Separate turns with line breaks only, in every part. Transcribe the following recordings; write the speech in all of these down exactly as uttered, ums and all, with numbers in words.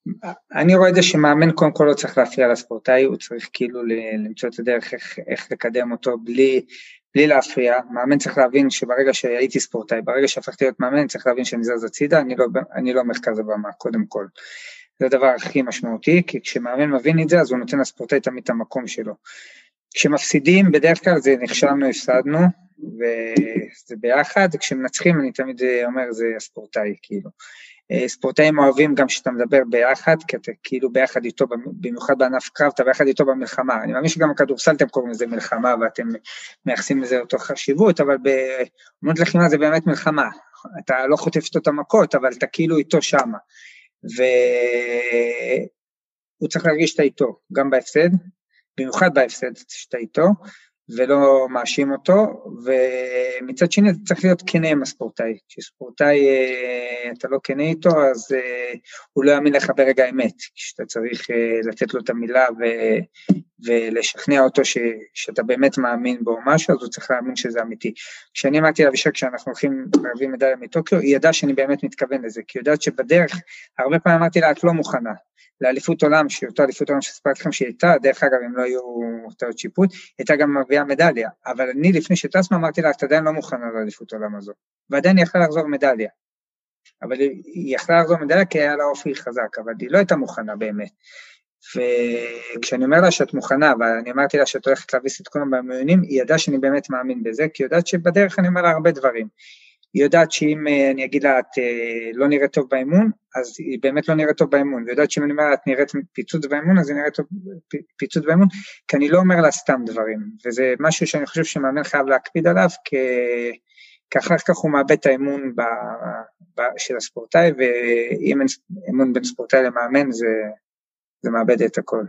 אני רואה את זה שמאמן קודם כל לא צריך להפריע לספורטאי, הוא צריך כאילו למצוא את הדרך איך, איך לקדם אותו בלי, בלי להפריע. מאמן צריך להבין שברגע שהייתי ספורטאי, ברגע שהפכתי להיות מאמן, צריך להבין שאני זז הצידה, אני לא, אני לא מרכז הבמה, קודם כל. זה הדבר הכי משמעותי, כי כשמאמן מבין את זה, אז הוא נותן לספורטאי תמיד את המקום שלו. כשמפסידים, בדרך כלל זה נכשלנו, הפסדנו, וזה ביחד, כשמנצחים אני תמיד אומר זה הספורטאי, כאילו. ספורטאים אוהבים גם שאתה מדבר ביחד, כי אתה כאילו ביחד איתו, במיוחד בענף קרב, אתה ביחד איתו במלחמה. אני מאמין שגם הכדורסל אתם קוראים לזה מלחמה, ואתם מייחסים לזה אותו חשיבות, אבל באמנות לחימה זה באמת מלחמה. אתה לא חוטף איתו את המכות, אבל אתה כאילו איתו שמה. והוא צריך להרגיש שאתה איתו, גם בהפסד, במיוחד בהפסד שאתה איתו, ולא מאשים אותו, ומצד שני אתה צריך להיות כנה עם הספורטאי, כשספורטאי אתה לא כנה איתו, אז הוא לא יאמין לך ברגע האמת, כשאתה צריך לתת לו את המילה ו... ולשכנע אותו ש... שאתה באמת מאמין בו משהו, אז הוא צריך להאמין שזה אמיתי. כשאני אמרתי לאבישג שאנחנו הולכים להביא מדליה מטוקיו, היא ידעה שאני באמת מתכוון לזה, כי היא יודעת שבדרך, הרבה פעמים אמרתי לה, את לא מוכנה, לאליפות עולם, שאותה אליפות עולם שספרתי לכם שהיא הייתה, דרך אגב הם לא היו טעות שיפוט, הייתה גם מביאה מדליה, אבל אני לפני שטסמה אמרתי לה, את עדיין לא מוכנה לאליפות עולם הזו, ועדיין היא יכלה לחזור מדליה, אבל היא יכלה לחזור מדליה כי היה לה אופי חזק, אבל היא לא הייתה מוכנה באמת, וכשאני אומר לה שאת מוכנה, ואני אמרתי לה שאת הולכת להביס את כולם במעונים, היא ידעה שאני באמת מאמין בזה, כי היא יודעת שבדרך אני אומר לה הרבה דברים, היא יודעת שאם אני אגיד לה, את לא נראית טוב באימון, אז היא באמת לא נראית טוב באימון, ויודעת שאם אני אומר לה, את נראית פיצוץ באימון, אז היא נראית טוב פיצוץ באימון, כי אני לא אומר לה סתם דברים, וזה משהו שאני חושב שמאמן חייב להקפיד עליו, כי אחר כך הוא מאבד את האימון של הספורטאי, ואם אין אימון בין ספורטאי למאמן, זה, זה מאבד את הכל.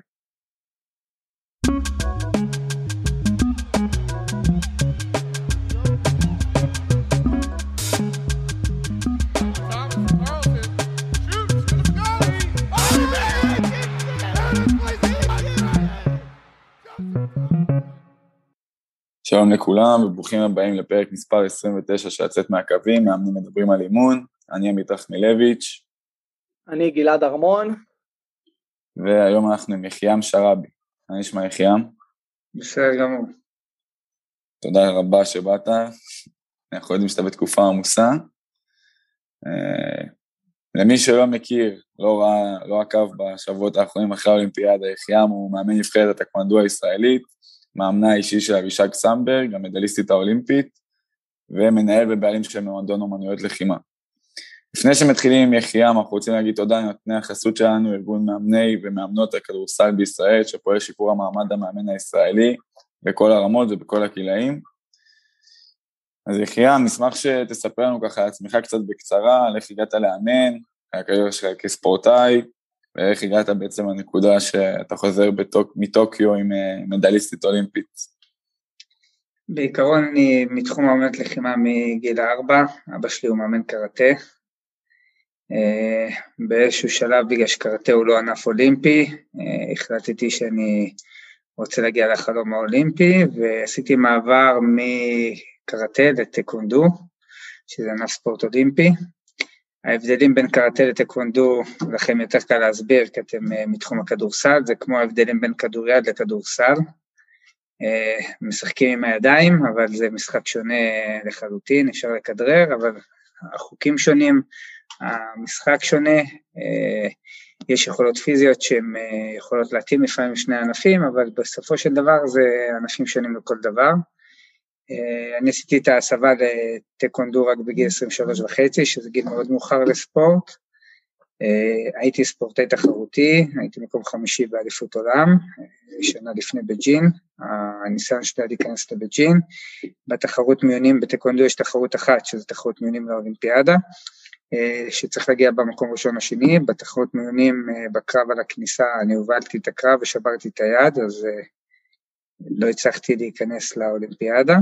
שלום לכולם וברוכים הבאים לפרק מספר עשרים ותשע של לצאת מהקווים, מאמנים מדברים על אימון, אני עמית רחמילביץ'.
אני גלעד ארמון.
והיום אנחנו עם יחיעם שרבי. מה נשמע יחיעם?
בסדר גמור.
תודה רבה שבאת, אנחנו יודעים שאתה בתקופה עמוסה. למי שלא מכיר, לא ראה, לא עקב בשבועות האחרונים אחרי האולימפיאדה, יחיעם הוא מאמן נבחרת הטקוונדו הישראלית, מאמנה האישי של אבישג סמברג, המדליסטית האולימפית, ומנהל ובעלים של מועדון אומנויות לחימה. לפני שמתחילים עם יחיעם, אנחנו רוצים להגיד תודה לנותני החסות שלנו, ארגון מאמני ומאמנות הכדורסל בישראל, שפועל שיפור המעמד המאמן הישראלי, בכל הרמות ובכל הקהילאים. אז יחיעם, נשמח שתספר לנו ככה על עצמך קצת בקצרה, על איך הגעת לאמן, הקריירה שלך כספורטאי, ואיך הגעת בעצם לנקודה שאתה חוזר בטוק, מטוקיו עם מדליסטית אולימפית?
בעיקרון אני מתחום האמנות לחימה מגיל ארבע, אבא שלי הוא מאמן קראטה, באיזשהו שלב בגלל שקראטה הוא לא ענף אולימפי, החלטתי שאני רוצה להגיע לחלום האולימפי, ועשיתי מעבר מקראטה לטקוונדו, שזה ענף ספורט אולימפי. ההבדלים בין קראטה לטקוונדו, לכם יותר קל להסביר, כי אתם מתחום הכדורסל, זה כמו ההבדלים בין כדוריד לכדורסל, משחקים עם הידיים, אבל זה משחק שונה לחלוטין, אפשר לכדרר, אבל החוקים שונים, המשחק שונה, יש יכולות פיזיות שהן יכולות להתאים לפעמים שני ענפים, אבל בסופו של דבר זה ענפים שונים לכל דבר. אני עשיתי את ההסבה לטקוונדו רק בגיל עשרים ושלוש וחצי, שזה גיל מאוד מאוחר לספורט. הייתי ספורטאי תחרותי, הייתי מקום חמישי באליפות עולם, שנה לפני בג'ין, הניסיון שלי להיכנס לבג'ין. בתחרות מיונים בטקוונדו יש תחרות אחת, שזה תחרות מיונים לאולימפיאדה, שצריך להגיע במקום ראשון השני. בתחרות מיונים בקרב על הכניסה, אני הובלתי את הקרב ושברתי את היד, אז לא הצלחתי להיכנס לאולימפיאדה,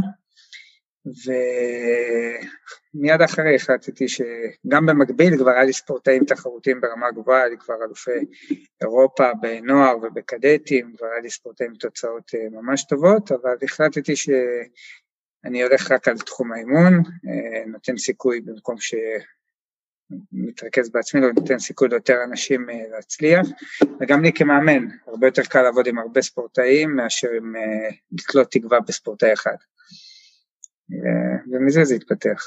ומיד אחרי החלטתי שגם במקביל כבר היה לי ספורטאים תחרותיים ברמה גבוהה, היה לי כבר אלופי אירופה בנוער ובקדטים, כבר היה לי ספורטאים תוצאות ממש טובות, אבל החלטתי שאני הולך רק על תחום האימון, נותן סיכוי במקום ש... מתרכז בעצמי, לא נותן סיכוי ליותר אנשים להצליח, וגם לי כמאמן, הרבה יותר קל לעבוד עם הרבה ספורטאים, מאשר עם לתלות תקווה בספורטאי אחד. ומזה זה התפתח.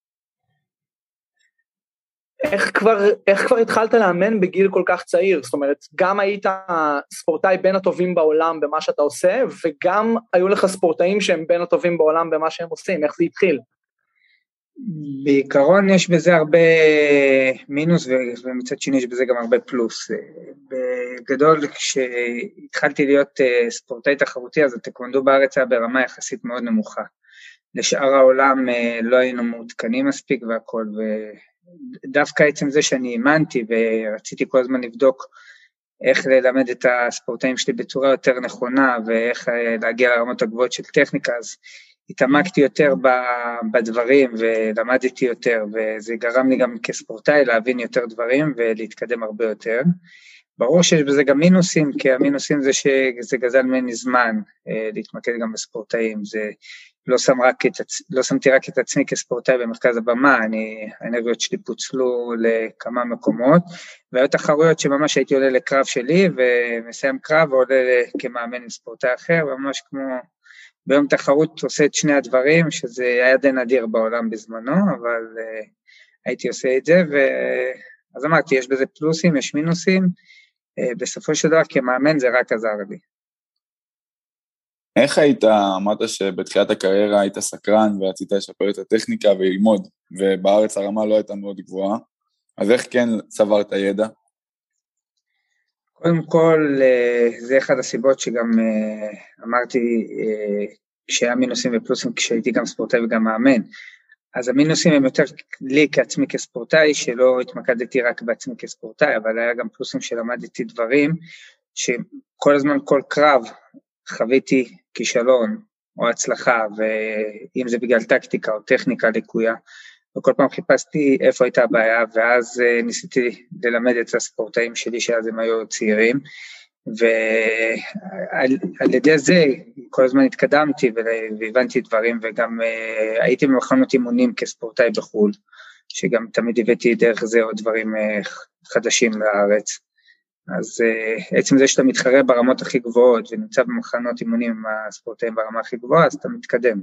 איך כבר, איך כבר התחלת לאמן בגיל כל כך צעיר? זאת אומרת, גם היית ספורטאי בין הטובים בעולם במה שאתה עושה, וגם היו לך ספורטאים שהם בין הטובים בעולם במה שהם עושים. איך זה התחיל?
בעיקרון יש בזה הרבה מינוס, ומצד שני יש בזה גם הרבה פלוס. בגדול, כשהתחלתי להיות ספורטאי תחרותי, אז הטקוונדו בארץ היה ברמה יחסית מאוד נמוכה. לשאר העולם לא היינו מעודכנים מספיק והכל, ודווקא עצם זה שאני אימנתי ורציתי כל הזמן לבדוק איך ללמד את הספורטאים שלי בצורה יותר נכונה, ואיך להגיע לרמות הגבוהות של טכניקה, אז התעמקתי יותר בדברים ולמדתי יותר, וזה גרם לי גם כספורטאי להבין יותר דברים ולהתקדם הרבה יותר. ברור שיש בזה גם מינוסים, כי המינוסים זה שזה גזל ממני זמן להתמקד גם בספורטאים, זה לא, שם רק את, לא שמתי רק את עצמי כספורטאי במרכז הבמה, אני, האנרגיות שלי פוצלו לכמה מקומות, והיו תחרויות שממש הייתי עולה לקרב שלי, ומסיים קרב ועולה כמאמן עם ספורטאי אחר, וממש כמו ביום תחרות עושה את שני הדברים, שזה היה די נדיר בעולם בזמנו, אבל uh, הייתי עושה את זה, ואז אמרתי, יש בזה פלוסים, יש מינוסים, uh, בסופו של דבר כמאמן זה רק עזר לי.
איך היית, אמרת שבתחילת הקריירה היית סקרן ורצית לשפר את הטכניקה וללמוד, ובארץ הרמה לא הייתה מאוד גבוהה, אז איך כן צברת ידע?
קודם כל, זה אחד הסיבות שגם אמרתי, כשהיה מינוסים ופלוסים, כשהייתי גם ספורטאי וגם מאמן, אז המינוסים הם יותר לי כעצמי כספורטאי, שלא התמקדתי רק בעצמי כספורטאי, אבל היה גם פלוסים שלמדתי דברים, שכל הזמן כל קרב חוויתי כישלון או הצלחה, ואם זה בגלל טקטיקה או טכניקה לקויה, וכל פעם חיפשתי איפה הייתה הבעיה, ואז ניסיתי ללמד את הספורטאים שלי שאז הם היו צעירים, ועל ידי זה כל הזמן התקדמתי והבנתי דברים, וגם הייתי במחנות אימונים כספורטאי בחו"ל, שגם תמיד הבאתי דרך זה עוד דברים חדשים לארץ. אז עצם זה שאתה מתחרה ברמות הכי גבוהות, ונמצא במחנות אימונים עם הספורטאים ברמה הכי גבוהה, אז אתה מתקדם.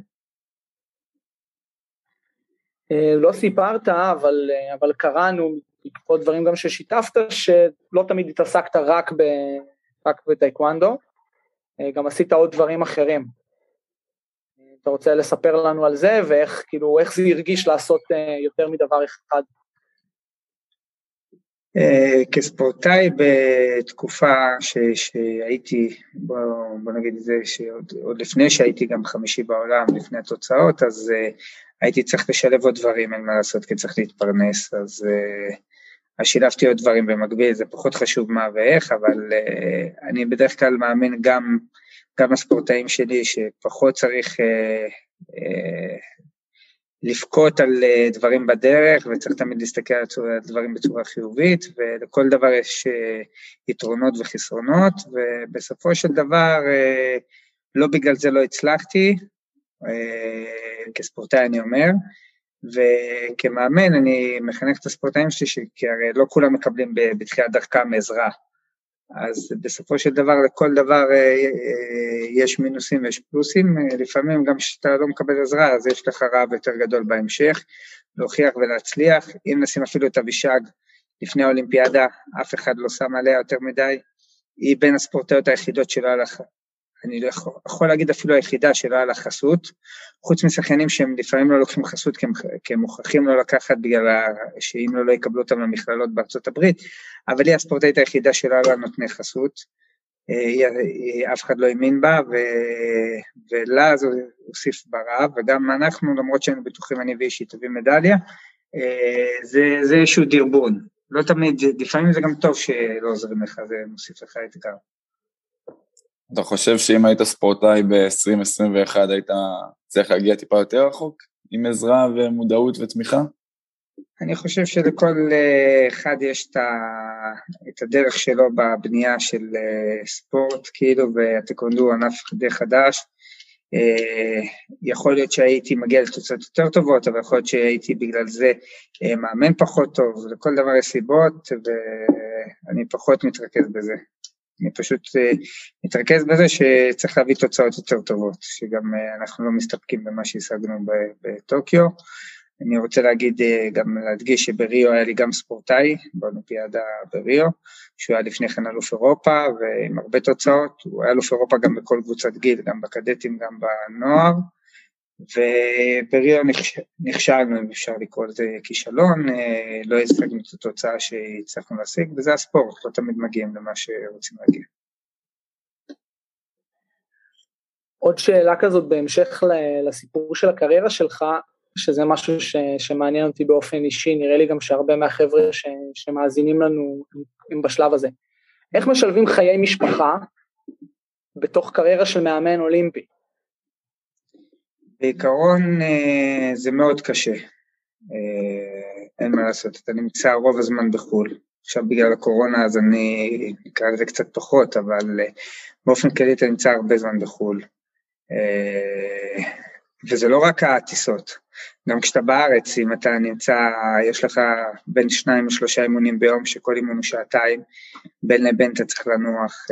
לא סיפרת, אבל, אבל קראנו, בעקבות דברים גם ששיתפת, שלא תמיד התעסקת רק, ב, רק בטייקוונדו, גם עשית עוד דברים אחרים. אתה רוצה לספר לנו על זה, ואיך, כאילו, איך זה הרגיש לעשות יותר מדבר אחד?
כספורטאי בתקופה ש, שהייתי, בוא, בוא נגיד את זה, שעוד עוד לפני שהייתי גם חמישי בעולם, לפני התוצאות, אז הייתי צריך לשלב עוד דברים, אין מה לעשות, כי צריך להתפרנס, אז uh, שילבתי עוד דברים במקביל, זה פחות חשוב מה ואיך, אבל uh, אני בדרך כלל מאמין גם, גם הספורטאים שלי, שפחות צריך uh, uh, לפקוט על uh, דברים בדרך, וצריך תמיד להסתכל על דברים בצורה חיובית, ולכל דבר יש uh, יתרונות וחסרונות, ובסופו של דבר, uh, לא בגלל זה לא הצלחתי, כספורטאי אני אומר, וכמאמן אני מחנך את הספורטאים שלי, כי הרי לא כולם מקבלים בתחילת דרכם עזרה, אז בסופו של דבר לכל דבר יש מינוסים ויש פלוסים, לפעמים גם כשאתה לא מקבל עזרה, אז יש לך רעב יותר גדול בהמשך, להוכיח ולהצליח, אם נשים אפילו את אבישג לפני האולימפיאדה, אף אחד לא שם עליה יותר מדי, היא בין הספורטאיות היחידות שלא הלכה, אני לא יכול, יכול להגיד אפילו היחידה שלא היה לה חסות, חוץ משחיינים שהם לפעמים לא לוקחים חסות, כי הם, כי הם מוכרחים לא לקחת בגלל שאם לא לא יקבלו אותם למכללות בארצות הברית, אבל היא הספורטאית היחידה שלא היה נותני חסות, היא, היא, אף אחד לא האמין בה, ו, ולה זה הוסיף ברעב, וגם אנחנו, למרות שהיינו בטוחים אני ואישי תביא מדליה, זה, זה איזשהו דרבון, לא תמיד, לפעמים זה גם טוב שלא עוזרים לך, זה מוסיף לך אתגר.
אתה חושב שאם היית ספורטאי ב-עשרים עשרים ואחת, היית צריך להגיע טיפה יותר רחוק, עם עזרה ומודעות ותמיכה?
אני חושב שלכל אחד יש את הדרך שלו בבנייה של ספורט, כאילו, והטקוונדו ענף די חדש, יכול להיות שהייתי מגיע לתוצאות יותר טובות, אבל יכול להיות שהייתי בגלל זה מאמן פחות טוב, לכל דבר יש סיבות, ואני פחות מתרכז בזה. אני פשוט מתרכז בזה שצריך להביא תוצאות יותר טובות, שגם אנחנו לא מסתפקים במה שהשגנו בטוקיו. אני רוצה להגיד, גם להדגיש שבריו היה לי גם ספורטאי, באולימפיאדה בריו, שהוא היה לפני כן אלוף אירופה, ועם הרבה תוצאות, הוא היה אלוף אירופה גם בכל קבוצת גיל, גם בקדטים, גם בנוער, ובריו נכשלנו, אם אפשר לקרוא לזה כישלון, לא השגנו את התוצאה שהצלחנו להשיג, וזה הספורט, לא תמיד מגיעים למה שרוצים להגיע.
עוד שאלה כזאת בהמשך לסיפור של הקריירה שלך, שזה משהו ש, שמעניין אותי באופן אישי, נראה לי גם שהרבה מהחבר'ה ש, שמאזינים לנו הם בשלב הזה. איך משלבים חיי משפחה בתוך קריירה של מאמן אולימפי?
בעיקרון זה מאוד קשה, אין מה לעשות, אתה נמצא רוב הזמן בחול, עכשיו בגלל הקורונה אז אני אקרא לזה קצת פחות, אבל באופן כללי אתה נמצא הרבה זמן בחול, וזה לא רק הטיסות, גם כשאתה בארץ, אם אתה נמצא, יש לך בין שניים ושלושה אימונים ביום, שכל אימון הוא שעתיים, בין לבין אתה צריך לנוח,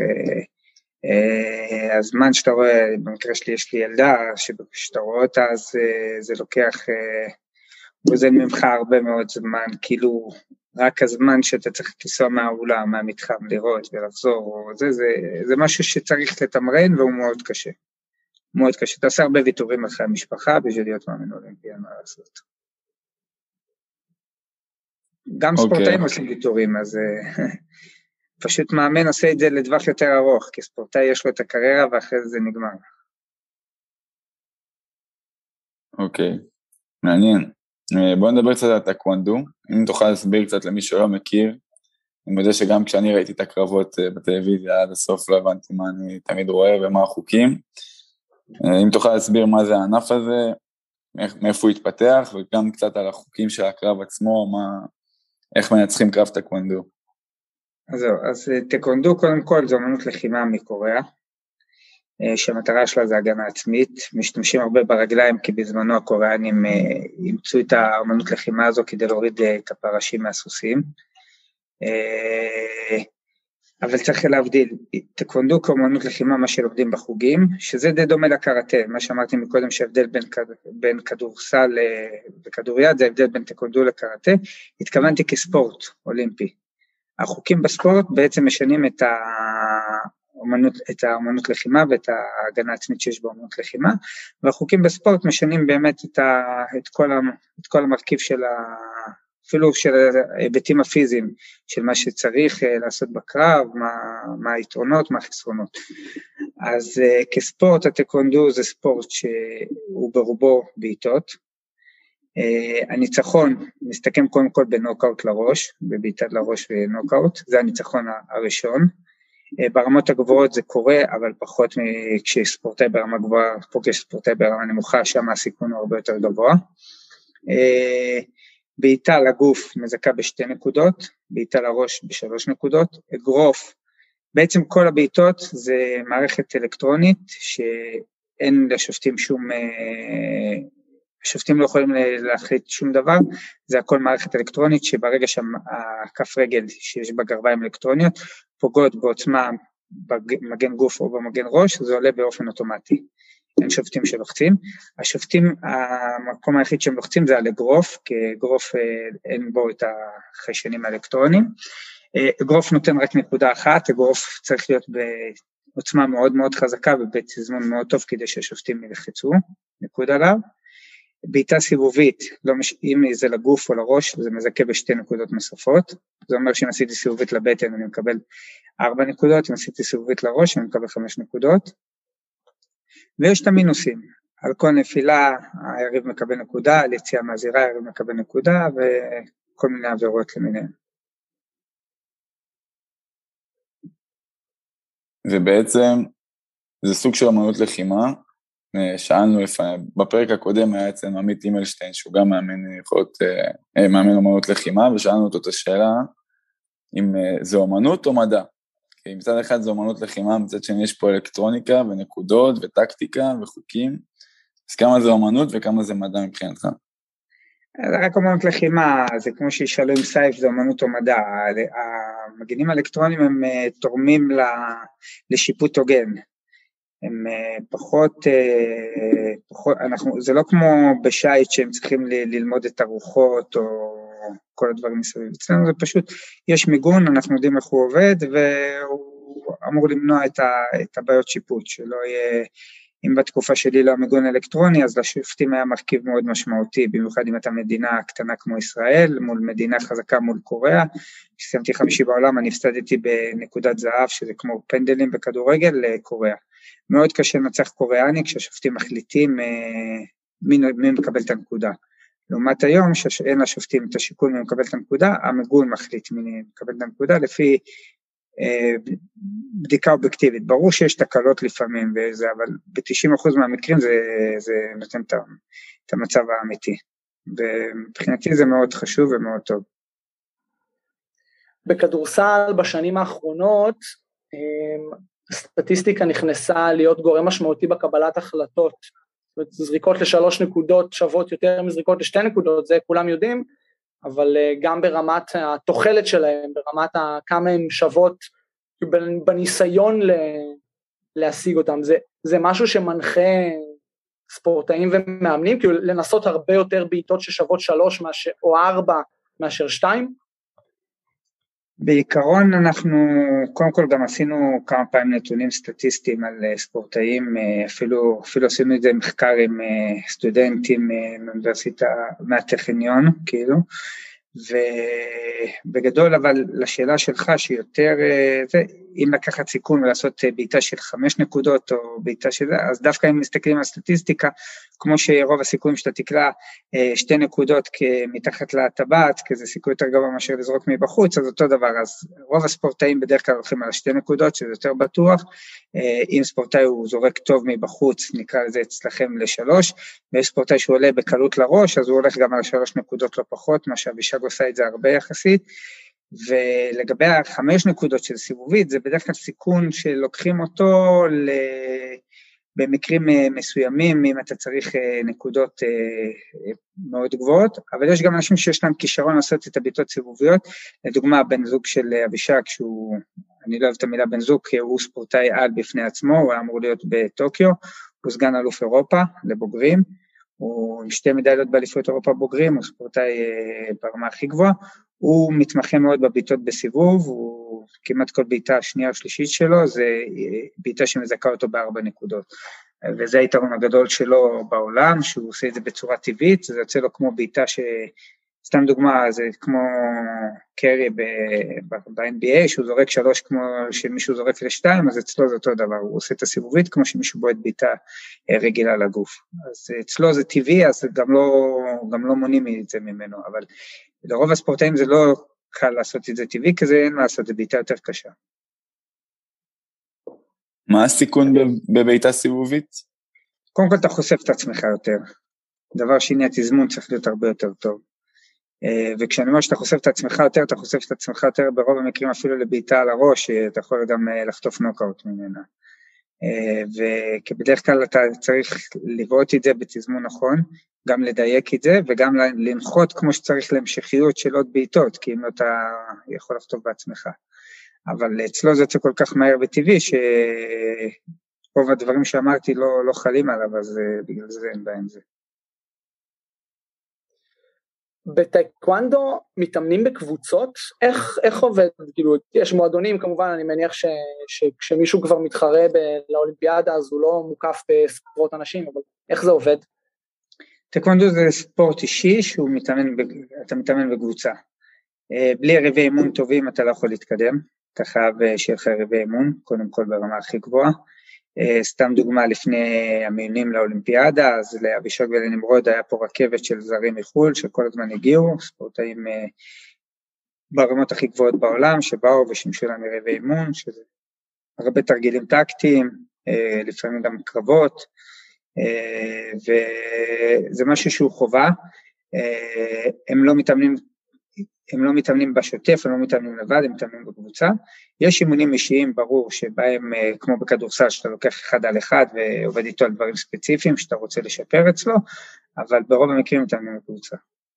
הזמן שאתה רואה, במקרה שלי יש לי ילדה, שאתה רואה אותה, אז זה לוקח, וזה ממך הרבה מאוד זמן, כאילו, רק הזמן שאתה צריך לנסוע מהאולם, מהמתחם, לראות ולחזור, זה, זה, זה משהו שצריך לתמרן, והוא מאוד קשה. מאוד קשה, אתה עושה הרבה ויתורים אחרי המשפחה, בשביל להיות מאמן אולימפי, מה לעשות. גם ספורטאים עושים ויתורים, אז פשוט מאמן עושה את זה לדווח יותר ארוך, כי ספורטאי יש לו את הקריירה, ואחרי זה נגמר.
אוקיי, מעניין. בואו נדבר קצת על טקוונדו, אם תוכל להסביר קצת למי שלא מכיר, אני יודע שגם כשאני ראיתי את הקרבות בטלוויזיה עד הסוף, לא הבנתי מה אני תמיד רואה ומה החוקים, אם תוכל להסביר מה זה הענף הזה, מאיפה הוא התפתח, וגם קצת על החוקים של הקרב עצמו, מה, איך מנצחים קרב טקוונדו.
אז זהו, אז טקוונדו קודם כל זו אמנות לחימה מקוריאה, שהמטרה שלה זה הגנה עצמית, משתמשים הרבה ברגליים, כי בזמנו הקוריאנים אימצו את האמנות לחימה הזו, כדי להוריד את הפרשים מהסוסים, אבל צריך להבדיל, טקוונדו כאמנות לחימה מה שלומדים בחוגים, שזה די דומה לקראטה, מה שאמרתי מקודם שהבדל בין, בין כדורסל וכדוריד, זה הבדל בין טקוונדו לקראטה, התכוונתי כספורט אולימפי. החוקים בספורט בעצם משנים את האמנות, את האמנות לחימה ואת ההגנה העצמית שיש באמנות לחימה, והחוקים בספורט משנים באמת את, ה, את, כל, את כל המרכיב של ה... אפילו של ההיבטים הפיזיים, של מה שצריך לעשות בקרב, מה, מה היתרונות, מה החסרונות. אז כספורט, הטקוונדו זה ספורט שהוא ברובו בעיטות. הניצחון מסתכם קודם כל בנוקאוט לראש, בבעיטה לראש ונוקאוט, זה הניצחון הראשון. ברמות הגבוהות זה קורה, אבל פחות כשספורטאי ברמה גבוהה, פה כשספורטאי ברמה נמוכה, שם הסיכון הוא הרבה יותר גבוה. בעיטה לגוף מזכה בשתי נקודות, בעיטה לראש בשלוש נקודות, אגרוף, בעצם כל הבעיטות זה מערכת אלקטרונית, שאין לשופטים שום, השופטים לא יכולים להחליט שום דבר, זה הכל מערכת אלקטרונית, שברגע שהכף רגל שיש בה גרביים אלקטרוניות, פוגעות בעוצמה במגן גוף או במגן ראש, זה עולה באופן אוטומטי. אין שופטים שלוחצים, השופטים, המקום היחיד שהם לוחצים זה על אגרוף, כי אגרוף אין בו את החיישנים האלקטרונים, אגרוף נותן רק נקודה אחת, אגרוף צריך להיות בעוצמה מאוד מאוד חזקה, ובתזמון מאוד טוב כדי שהשופטים ילחצו, נקודה עליו, בעיטה סיבובית, לא מש... אם זה לגוף או לראש, זה מזכה בשתי נקודות נוספות, זה אומר שאם עשיתי סיבובית לבטן אני מקבל ארבע נקודות, אם עשיתי סיבובית לראש אני מקבל חמש נקודות, ויש את המינוסים, על כל נפילה היריב מקבל נקודה, על יציאה מהזירה היריב מקבל נקודה, וכל מיני עבירות למיניהן.
ובעצם זה סוג של אמנות לחימה, שאלנו לפני, בפרק הקודם היה אצלנו עמית אימלשטיין, שהוא גם מאמן יכולות, מאמן אמנות לחימה, ושאלנו אותו את השאלה, אם זה אמנות או מדע, כי מצד אחד זו אומנות לחימה, מצד שני יש פה אלקטרוניקה ונקודות וטקטיקה וחוקים, אז כמה זה אומנות וכמה זה מדע מבחינתך?
רק אומנות לחימה, זה כמו שישאלו עם סייף, זה אומנות או מדע, המגנים האלקטרונים הם תורמים לשיפוט הוגן, הם פחות, פחות אנחנו, זה לא כמו בשייט שהם צריכים ללמוד את הרוחות או כל הדברים מסביב, אצלנו זה פשוט, יש מיגון, אנחנו יודעים איך הוא עובד, והוא אמור למנוע את, ה, את הבעיות שיפוט, שלא יהיה, אם בתקופה שלי לא המיגון אלקטרוני, אז לשופטים היה מרכיב מאוד משמעותי, במיוחד אם אתה מדינה קטנה כמו ישראל, מול מדינה חזקה מול קוריאה, כשסיימתי חמישי בעולם, אני הפסדתי בנקודת זהב, שזה כמו פנדלים בכדורגל לקוריאה. מאוד קשה לנצח קוריאני, כשהשופטים מחליטים מי, מי מקבל את הנקודה. לעומת היום, שאין לשופטים את השיקול מי מקבל את הנקודה, המיגון מחליט מי מקבל את הנקודה, לפי בדיקה אובייקטיבית. ברור שיש תקלות לפעמים וזה, אבל ב-תשעים אחוז מהמקרים זה, זה נותן את המצב האמיתי. ובבחינתי זה מאוד חשוב ומאוד טוב.
בכדורסל בשנים האחרונות, סטטיסטיקה נכנסה להיות גורם משמעותי בקבלת החלטות. זאת אומרת, זריקות לשלוש נקודות שוות יותר מזריקות לשתי נקודות, זה כולם יודעים, אבל גם ברמת התוחלת שלהם, ברמת כמה הן שוות בניסיון להשיג אותם, זה, זה משהו שמנחה ספורטאים ומאמנים, כאילו לנסות הרבה יותר בעיטות ששוות שלוש מאשר, או ארבע מאשר שתיים?
בעיקרון אנחנו, קודם כל גם עשינו כמה פעמים נתונים סטטיסטיים על ספורטאים, אפילו, אפילו עשינו את זה מחקר עם סטודנטים מאוניברסיטה, מהטכניון, כאילו, ובגדול אבל לשאלה שלך שיותר, זה, אם לקחת סיכון ולעשות בעיטה של חמש נקודות או בעיטה של זה, אז דווקא אם מסתכלים על סטטיסטיקה, כמו שרוב הסיכויים שאתה תקלע שתי נקודות מתחת לטבעת, כי זה סיכוי יותר גבוה מאשר לזרוק מבחוץ, אז אותו דבר, אז רוב הספורטאים בדרך כלל הולכים על שתי נקודות, שזה יותר בטוח, אם ספורטאי הוא זורק טוב מבחוץ, נקרא לזה אצלכם לשלוש, ויש ספורטאי שהוא עולה בקלות לראש, אז הוא הולך גם על שלוש נקודות לא פחות, מה שאבישג עושה את זה הרבה יחסית, ולגבי החמש נקודות של סיבובית, זה בדרך כלל סיכון שלוקחים אותו ל... במקרים מסוימים, אם אתה צריך נקודות מאוד גבוהות, אבל יש גם אנשים שיש להם כישרון לעשות את הביטות סיבוביות, לדוגמה בן זוג של אבישג, שהוא, אני לא אוהב את המילה בן זוג, כי הוא ספורטאי על בפני עצמו, הוא אמור להיות בטוקיו, הוא סגן אלוף אירופה לבוגרים, הוא עם שתי מדליות באליפות אירופה בוגרים, הוא ספורטאי ברמה הכי גבוהה, הוא מתמחה מאוד בביטות בסיבוב, הוא כמעט כל ביטה השנייה או שלישית שלו, זה ביטה שמזכה אותו בארבע נקודות, וזה היתרון הגדול שלו בעולם, שהוא עושה את זה בצורה טבעית, זה יוצא לו כמו ביטה ש... סתם דוגמה, זה כמו קרי ב-אן בי איי, שהוא זורק שלוש כמו שמישהו זורק לשתיים, אז אצלו זה אותו דבר, הוא עושה את הסיבובית כמו שמישהו בועט ביטה רגילה לגוף. אז אצלו זה טבעי, אז גם לא, גם לא מונים את זה ממנו, אבל לרוב הספורטאים זה לא קל לעשות את זה טבעי, כי זה אין לעשות, זה ביטה יותר קשה.
מה הסיכון בביטה סיבובית?
קודם כל אתה חושף את עצמך יותר. דבר שני, התזמון צריך להיות הרבה יותר טוב. וכשאני אומר שאתה חושף את עצמך יותר, אתה חושף את עצמך יותר ברוב המקרים אפילו לביטה על הראש, אתה יכול גם לחטוף נוקאוט ממנה. וכבדרך כלל אתה צריך לבעוט את זה בתזמון נכון, גם לדייק את זה, וגם לנחות כמו שצריך להמשכיות של עוד בעיטות, כי אם אתה יכול לחטוף בעצמך. אבל אצלו זה יוצא כל כך מהר וטבעי, שרוב הדברים שאמרתי לא, לא חלים עליו, אז בגלל זה אין בהם זה.
בטייקוונדו מתאמנים בקבוצות, איך, איך עובד, כאילו, יש מועדונים כמובן, אני מניח ש, שכשמישהו כבר מתחרה לאולימפיאדה, אז הוא לא מוקף בספורט אנשים, אבל איך זה עובד?
טייקוונדו זה ספורט אישי, שהוא מתאמן, אתה מתאמן בקבוצה, בלי יריבי אימון טובים אתה לא יכול להתקדם, אתה חייב שיהיה לך יריבי אימון, קודם כל ברמה הכי גבוהה, סתם דוגמה לפני המיונים לאולימפיאדה, אז לאבישג ולנמרוד היה פה רכבת של זרים מחול, שכל הזמן הגיעו, ספורטאים ברמות הכי גבוהות בעולם, שבאו ושימשו להם יריבי אימון, שזה הרבה תרגילים טקטיים, לפעמים גם קרבות, וזה משהו שהוא חובה, הם לא מתאמנים, הם לא מתאמנים בשוטף, הם לא מתאמנים לבד, הם מתאמנים בקבוצה. יש אימונים אישיים ברור שבהם, כמו בכדורסל, שאתה לוקח אחד על אחד ועובד איתו על דברים ספציפיים שאתה רוצה לשפר אצלו, אבל ברוב המקרים מתאמנים בקבוצה.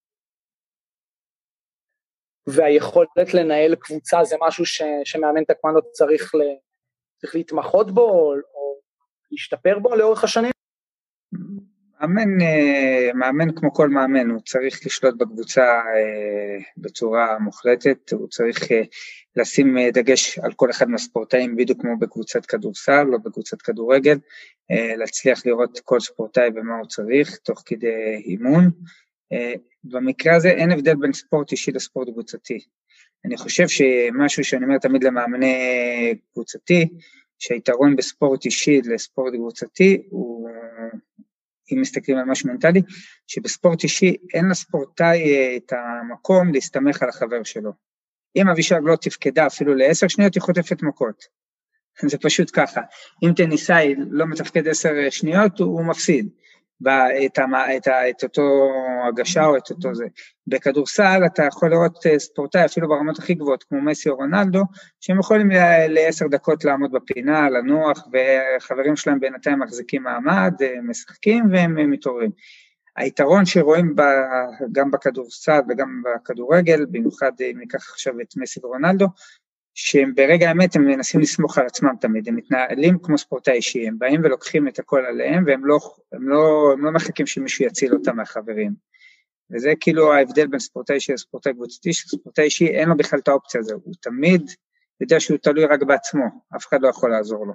והיכולת לנהל קבוצה זה משהו ש, שמאמן טקוונדו צריך, ל, צריך להתמחות בו או, או להשתפר בו לאורך השנים?
מאמן, מאמן כמו כל מאמן, הוא צריך לשלוט בקבוצה בצורה מוחלטת, הוא צריך לשים דגש על כל אחד מהספורטאים, בדיוק כמו בקבוצת כדורסל או בקבוצת כדורגל, להצליח לראות כל ספורטאי ומה הוא צריך, תוך כדי אימון. במקרה הזה אין הבדל בין ספורט אישי לספורט קבוצתי. אני חושב שמשהו שאני אומר תמיד למאמני קבוצתי, שהיתרון בספורט אישי לספורט קבוצתי, הוא, אם מסתכלים על משהו מנטלי, שבספורט אישי אין לספורטאי את המקום להסתמך על החבר שלו. אם אבישג לא תפקדה אפילו לעשר שניות, היא חוטפת מכות. זה פשוט ככה. אם טניסאי לא מתפקד עשר שניות, הוא מפסיד. את, את, את אותו הגשה או את אותו זה. בכדורסל אתה יכול לראות ספורטאי אפילו ברמות הכי גבוהות כמו מסי או רונלדו, שהם יכולים לעשר דקות לעמוד בפינה, לנוח, וחברים שלהם בינתיים מחזיקים מעמד, משחקים והם מתעוררים. היתרון שרואים ב, גם בכדורסל וגם בכדורגל, במיוחד אם ניקח עכשיו את מסי ורונלדו, שהם ברגע האמת הם מנסים לסמוך על עצמם תמיד, הם מתנהלים כמו ספורטאי אישי, הם באים ולוקחים את הכל עליהם, והם לא, הם לא, הם לא מחכים שמישהו יציל אותם מהחברים. וזה כאילו ההבדל בין ספורטאי אישי לספורטאי קבוצתי, שספורטאי אישי אין לו בכלל את האופציה הזו, הוא תמיד יודע שהוא תלוי רק בעצמו, אף אחד לא יכול לעזור לו.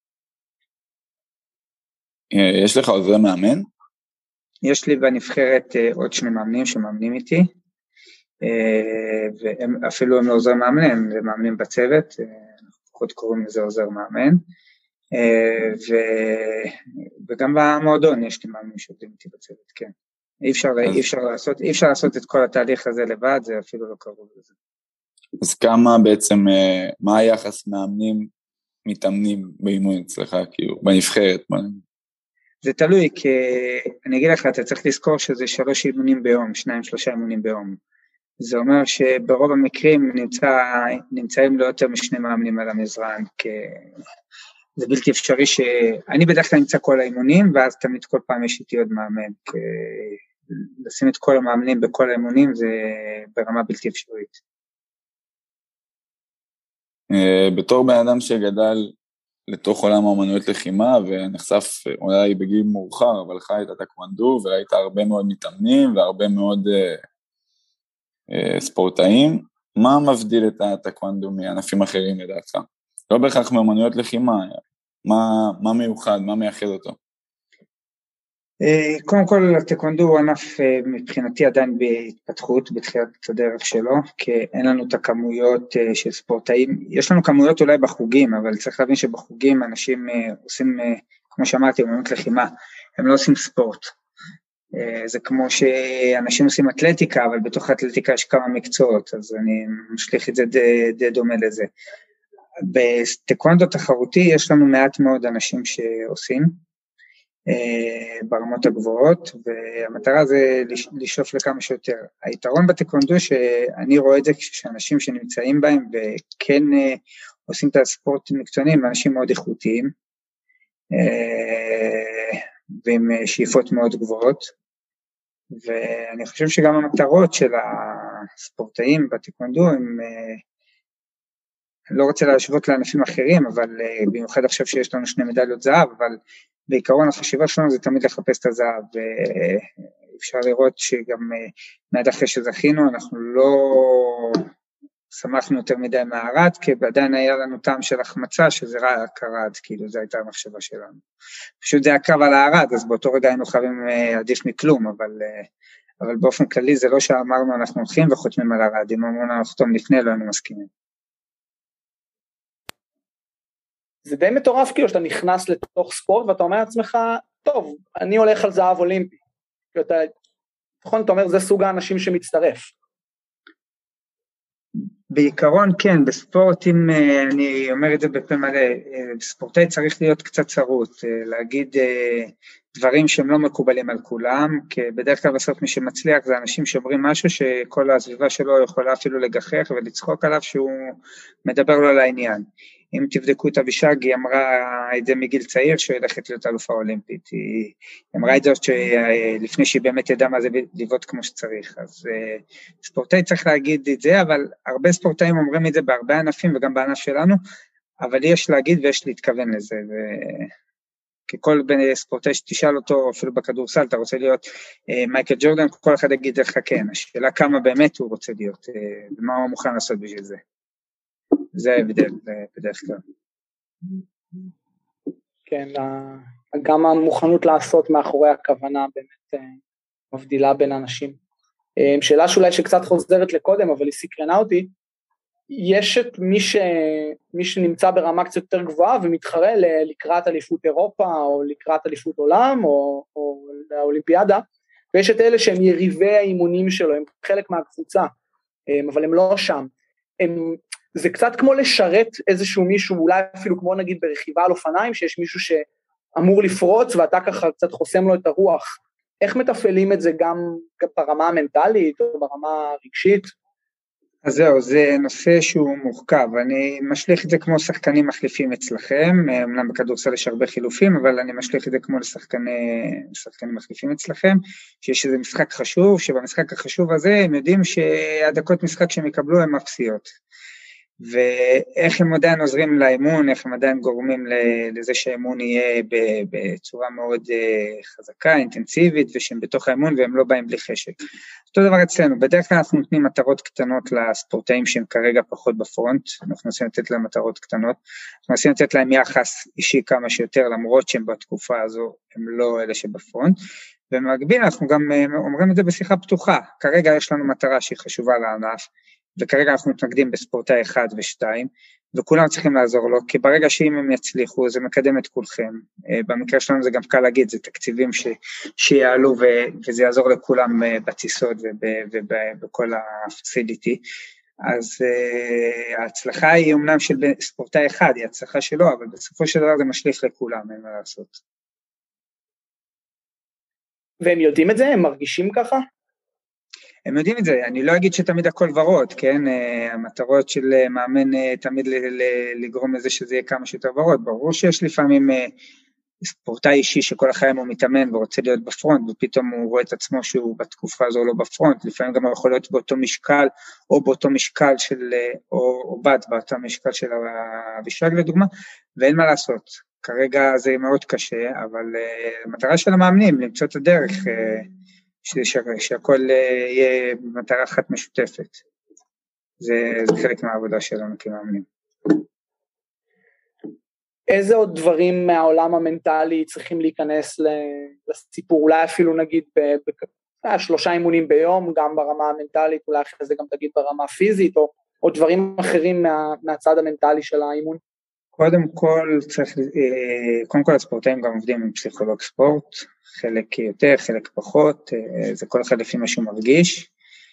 יש לך עוזר מאמן?
יש לי בנבחרת עוד שני מאמנים שמאמנים איתי, ואפילו הם לא עוזר מאמן, הם מאמנים בצוות, אנחנו קוראים לזה עוזר מאמן, וגם במועדון יש לי מאמנים שעובדים איתי בצוות, כן. אי אפשר, אי אפשר לעשות, אי אפשר לעשות את כל התהליך הזה לבד, זה אפילו לא קרוב לזה.
אז כמה בעצם, מה היחס מאמנים מתאמנים באימון אצלך, כאילו, בנבחרת?
זה תלוי, כי אני אגיד לך, אתה צריך לזכור שזה שלוש אימונים ביום, שניים, שלושה אימונים ביום. זה אומר שברוב המקרים נמצא, נמצאים לא יותר משני מאמנים על המזרן, כי זה בלתי אפשרי שאני בדרך כלל נמצא כל האימונים, ואז תמיד כל פעם יש איתי עוד מאמן, כי לשים את כל המאמנים בכל האימונים זה ברמה בלתי אפשרית.
בתור בן אדם שגדל לתוך עולם האמנויות לחימה, ונחשף אולי בגיל מאוחר, אבל חי את הטקוונדו, וראית הרבה מאוד מתאמנים, והרבה מאוד ספורטאים, מה מבדיל את הטקוונדו מענפים אחרים לדעתך? לא בהכרח מאמנויות לחימה, מה, מה מיוחד, מה מייחד אותו?
קודם כל, הטקוונדו הוא ענף מבחינתי עדיין בהתפתחות, בתחילת הדרך שלו, כי אין לנו את הכמויות של ספורטאים, יש לנו כמויות אולי בחוגים, אבל צריך להבין שבחוגים אנשים עושים, כמו שאמרתי, אמנות לחימה, הם לא עושים ספורט. זה כמו שאנשים עושים אתלטיקה, אבל בתוך האתלטיקה יש כמה מקצועות, אז אני משליך את זה די, די דומה לזה. בטקוונדו תחרותי יש לנו מעט מאוד אנשים שעושים, ברמות הגבוהות, והמטרה זה לשאוף לכמה שיותר. היתרון בטקוונדו שאני רואה את זה כשאנשים שנמצאים בהם, וכן עושים את הספורט מקצוענים, אנשים מאוד איכותיים, ועם שאיפות מאוד גבוהות, ואני חושב שגם המטרות של הספורטאים בטקוונדו, הם, אני לא רוצה להשוות לענפים אחרים, אבל במיוחד עכשיו שיש לנו שני מדליות זהב, אבל בעיקרון החשיבה שלנו זה תמיד לחפש את הזהב, ואפשר לראות שגם מיד אחרי שזכינו, אנחנו לא שמחנו יותר מדי מהרד, כי עדיין היה לנו טעם של החמצה, שזה רק הרד, כאילו זו הייתה המחשבה שלנו. פשוט זה הקו על הרד, אז באותו רגע היינו חייבים עדיף מכלום, אבל, אבל באופן כללי זה לא שאמרנו אנחנו הולכים וחותמים על הרד, אם אמרנו אנחנו חתום לפני, לא היינו מסכימים.
זה די מטורף כאילו שאתה נכנס לתוך ספורט ואתה אומר לעצמך, טוב, אני הולך על זהב אולימפי. אתה, נכון, אתה אומר, זה סוג האנשים שמצטרף.
בעיקרון כן, בספורט, אם אני אומר את זה בפה מלא, בספורטאי צריך להיות קצת צרות, להגיד דברים שהם לא מקובלים על כולם, כי בדרך כלל בסוף מי שמצליח זה אנשים שאומרים משהו שכל הסביבה שלו יכולה אפילו לגחך ולצחוק עליו שהוא מדבר לו על העניין. אם תבדקו את אבישג, היא אמרה את זה מגיל צעיר שהיא הולכת להיות אלופה אולימפית, היא אמרה את זה לפני שהיא באמת ידעה מה זה לבעוט כמו שצריך, אז ספורטאי צריך להגיד את זה, אבל הרבה ספורטאים אומרים את זה בהרבה ענפים וגם בענף שלנו, אבל יש להגיד ויש להתכוון לזה, ו... ככל ספורטאי שתשאל אותו, אפילו בכדורסל, אתה רוצה להיות מייקל ג'ורדן, כל אחד יגיד לך כן, השאלה כמה באמת הוא רוצה להיות, ומה הוא מוכן לעשות בשביל זה. זה ההבדל בדרך כלל.
כן, גם המוכנות לעשות מאחורי הכוונה באמת מבדילה בין אנשים. שאלה שאולי שקצת חוזרת לקודם, אבל היא סקרנה אותי, יש את מי, ש... מי שנמצא ברמה קצת יותר גבוהה ומתחרה לקראת אליפות אירופה או לקראת אליפות עולם או, או לאולימפיאדה, ויש את אלה שהם יריבי האימונים שלו, הם חלק מהקבוצה, אבל הם לא שם. הם... זה קצת כמו לשרת איזשהו מישהו, אולי אפילו כמו נגיד ברכיבה על אופניים, שיש מישהו שאמור לפרוץ ואתה ככה קצת חוסם לו את הרוח. איך מתפעלים את זה גם ברמה המנטלית או ברמה הרגשית?
אז זהו, זה נושא שהוא מורכב, אני משליך את זה כמו שחקנים מחליפים אצלכם, אמנם בכדורסל יש הרבה חילופים, אבל אני משליך את זה כמו לשחקנים מחליפים אצלכם, שיש איזה משחק חשוב, שבמשחק החשוב הזה הם יודעים שהדקות משחק שהם יקבלו הם אפסיות, ואיך הם עדיין עוזרים לאימון, איך הם עדיין גורמים לזה שהאימון יהיה בצורה מאוד חזקה, אינטנסיבית, ושהם בתוך האימון והם לא באים בלי חשק. אותו דבר אצלנו, בדרך כלל אנחנו נותנים מטרות קטנות לספורטאים שהם כרגע פחות בפרונט, אנחנו מנסים לתת להם מטרות קטנות, אנחנו מנסים לתת להם יחס אישי כמה שיותר, למרות שהם בתקופה הזו הם לא אלה שבפרונט, ובמקביל אנחנו גם אומרים את זה בשיחה פתוחה, כרגע יש לנו מטרה שהיא חשובה לענף, וכרגע אנחנו מתנגדים בספורטאי אחד ושתיים, וכולם צריכים לעזור לו, כי ברגע שאם הם יצליחו, זה מקדם את כולכם, במקרה שלנו זה גם קל להגיד, זה תקציבים ש, שיעלו, ו, וזה יעזור לכולם בטיסות ובכל הפסיליטי, אז uh, ההצלחה היא אומנם של ספורטאי אחד, היא הצלחה שלו, אבל בסופו של דבר זה משליך לכולם, אין מה לעשות.
והם יודעים את זה? הם מרגישים ככה?
הם יודעים את זה, אני לא אגיד שתמיד הכל ורוד, כן, המטרות של מאמן תמיד לגרום לזה שזה יהיה כמה שיותר ורוד, ברור שיש לפעמים ספורטאי אישי שכל החיים הוא מתאמן ורוצה להיות בפרונט, ופתאום הוא רואה את עצמו שהוא בתקופה הזו לא בפרונט, לפעמים גם יכול להיות באותו משקל, או באותו משקל של, או, או בת, באותו משקל של אבישג לדוגמה, ואין מה לעשות, כרגע זה מאוד קשה, אבל המטרה של המאמנים, למצוא את הדרך, שהכל יהיה מטרה אחת משותפת. זה, זה חלק מהעבודה שלנו כמאמנים.
איזה עוד דברים מהעולם המנטלי צריכים להיכנס לסיפור, אולי אפילו נגיד בשלושה אימונים ביום, גם ברמה המנטלית, אולי אחרי זה גם תגיד ברמה הפיזית, או, או דברים אחרים מה, מהצד המנטלי של האימון?
קודם כל, צריך, קודם כל הספורטאים גם עובדים עם פסיכולוג ספורט, חלק יותר, חלק פחות, זה כל אחד לפי מה שהוא מרגיש.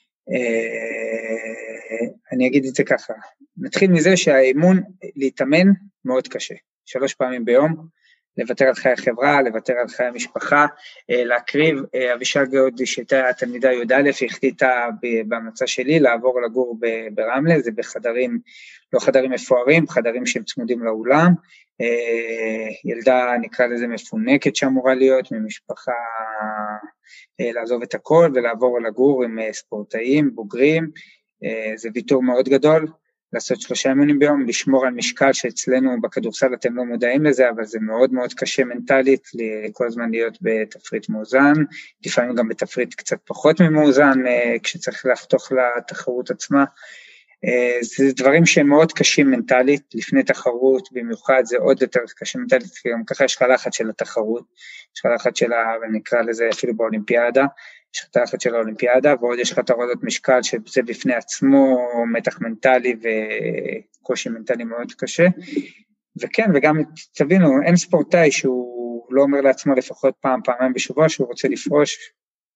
אני אגיד את זה ככה, נתחיל מזה שהאימון להתאמן מאוד קשה, שלוש פעמים ביום, לוותר על חיי החברה, לוותר על חיי המשפחה, להקריב, אבישג עוד שהייתה תלמידה י"א, היא החליטה בהמלצה שלי לעבור לגור ברמלה, זה בחדרים, לא חדרים מפוארים, חדרים שהם צמודים לאולם, ילדה נקרא לזה מפונקת שאמורה להיות, ממשפחה לעזוב את הכל ולעבור לגור עם ספורטאים, בוגרים, זה ויתור מאוד גדול, לעשות שלושה אימונים ביום, לשמור על משקל שאצלנו בכדורסל אתם לא מודעים לזה, אבל זה מאוד מאוד קשה מנטלית, כל הזמן להיות בתפריט מאוזן, לפעמים גם בתפריט קצת פחות ממאוזן, כשצריך להפתוח לתחרות עצמה, זה דברים שהם מאוד קשים מנטלית, לפני תחרות במיוחד זה עוד יותר קשה מנטלית, כי גם ככה יש לך לחץ של התחרות, יש לך לחץ של, נקרא לזה אפילו באולימפיאדה, יש לך לחץ של האולימפיאדה, ועוד יש לך תורדות משקל שזה בפני עצמו מתח מנטלי וקושי מנטלי מאוד קשה, וכן, וגם תבינו, אין ספורטאי שהוא לא אומר לעצמו לפחות פעם, פעמיים בשבוע שהוא רוצה לפרוש,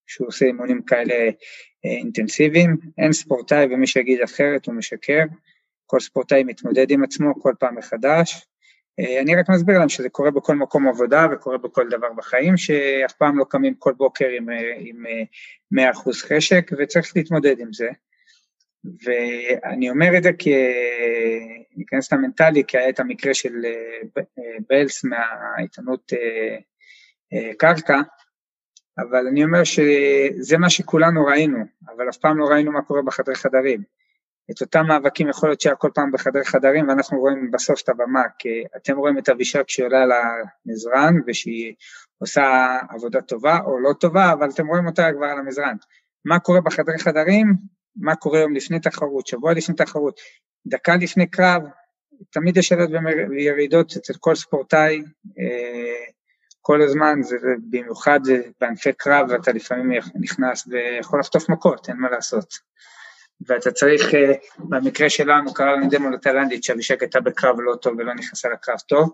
שהוא עושה אימונים כאלה אינטנסיביים, אין ספורטאי ומי שיגיד אחרת הוא משקר, כל ספורטאי מתמודד עם עצמו כל פעם מחדש, אני רק מסביר להם שזה קורה בכל מקום עבודה וקורה בכל דבר בחיים, שאף פעם לא קמים כל בוקר עם, עם מאה אחוז חשק וצריך להתמודד עם זה, ואני אומר את זה כי ניכנס למנטלי, כי היה את המקרה של בלס מהעיתונות קרקע, אבל אני אומר שזה מה שכולנו ראינו, אבל אף פעם לא ראינו מה קורה בחדרי חדרים. את אותם מאבקים יכול להיות שהיה כל פעם בחדרי חדרים, ואנחנו רואים בסוף את הבמה, כי אתם רואים את אבישג כשהיא עולה על המזרן, ושהיא עושה עבודה טובה או לא טובה, אבל אתם רואים אותה כבר על המזרן. מה קורה בחדרי חדרים? מה קורה יום לפני תחרות, שבוע לפני תחרות, דקה לפני קרב, תמיד יש עלות וירידות אצל כל ספורטאי, כל הזמן, זה במיוחד בענפי קרב, ואתה לפעמים נכנס ויכול לחטוף מכות, אין מה לעשות. ואתה צריך, במקרה שלנו, קרא לנו דמו לתאילנדית, שאבישג הייתה בקרב לא טוב ולא נכנסה לקרב טוב,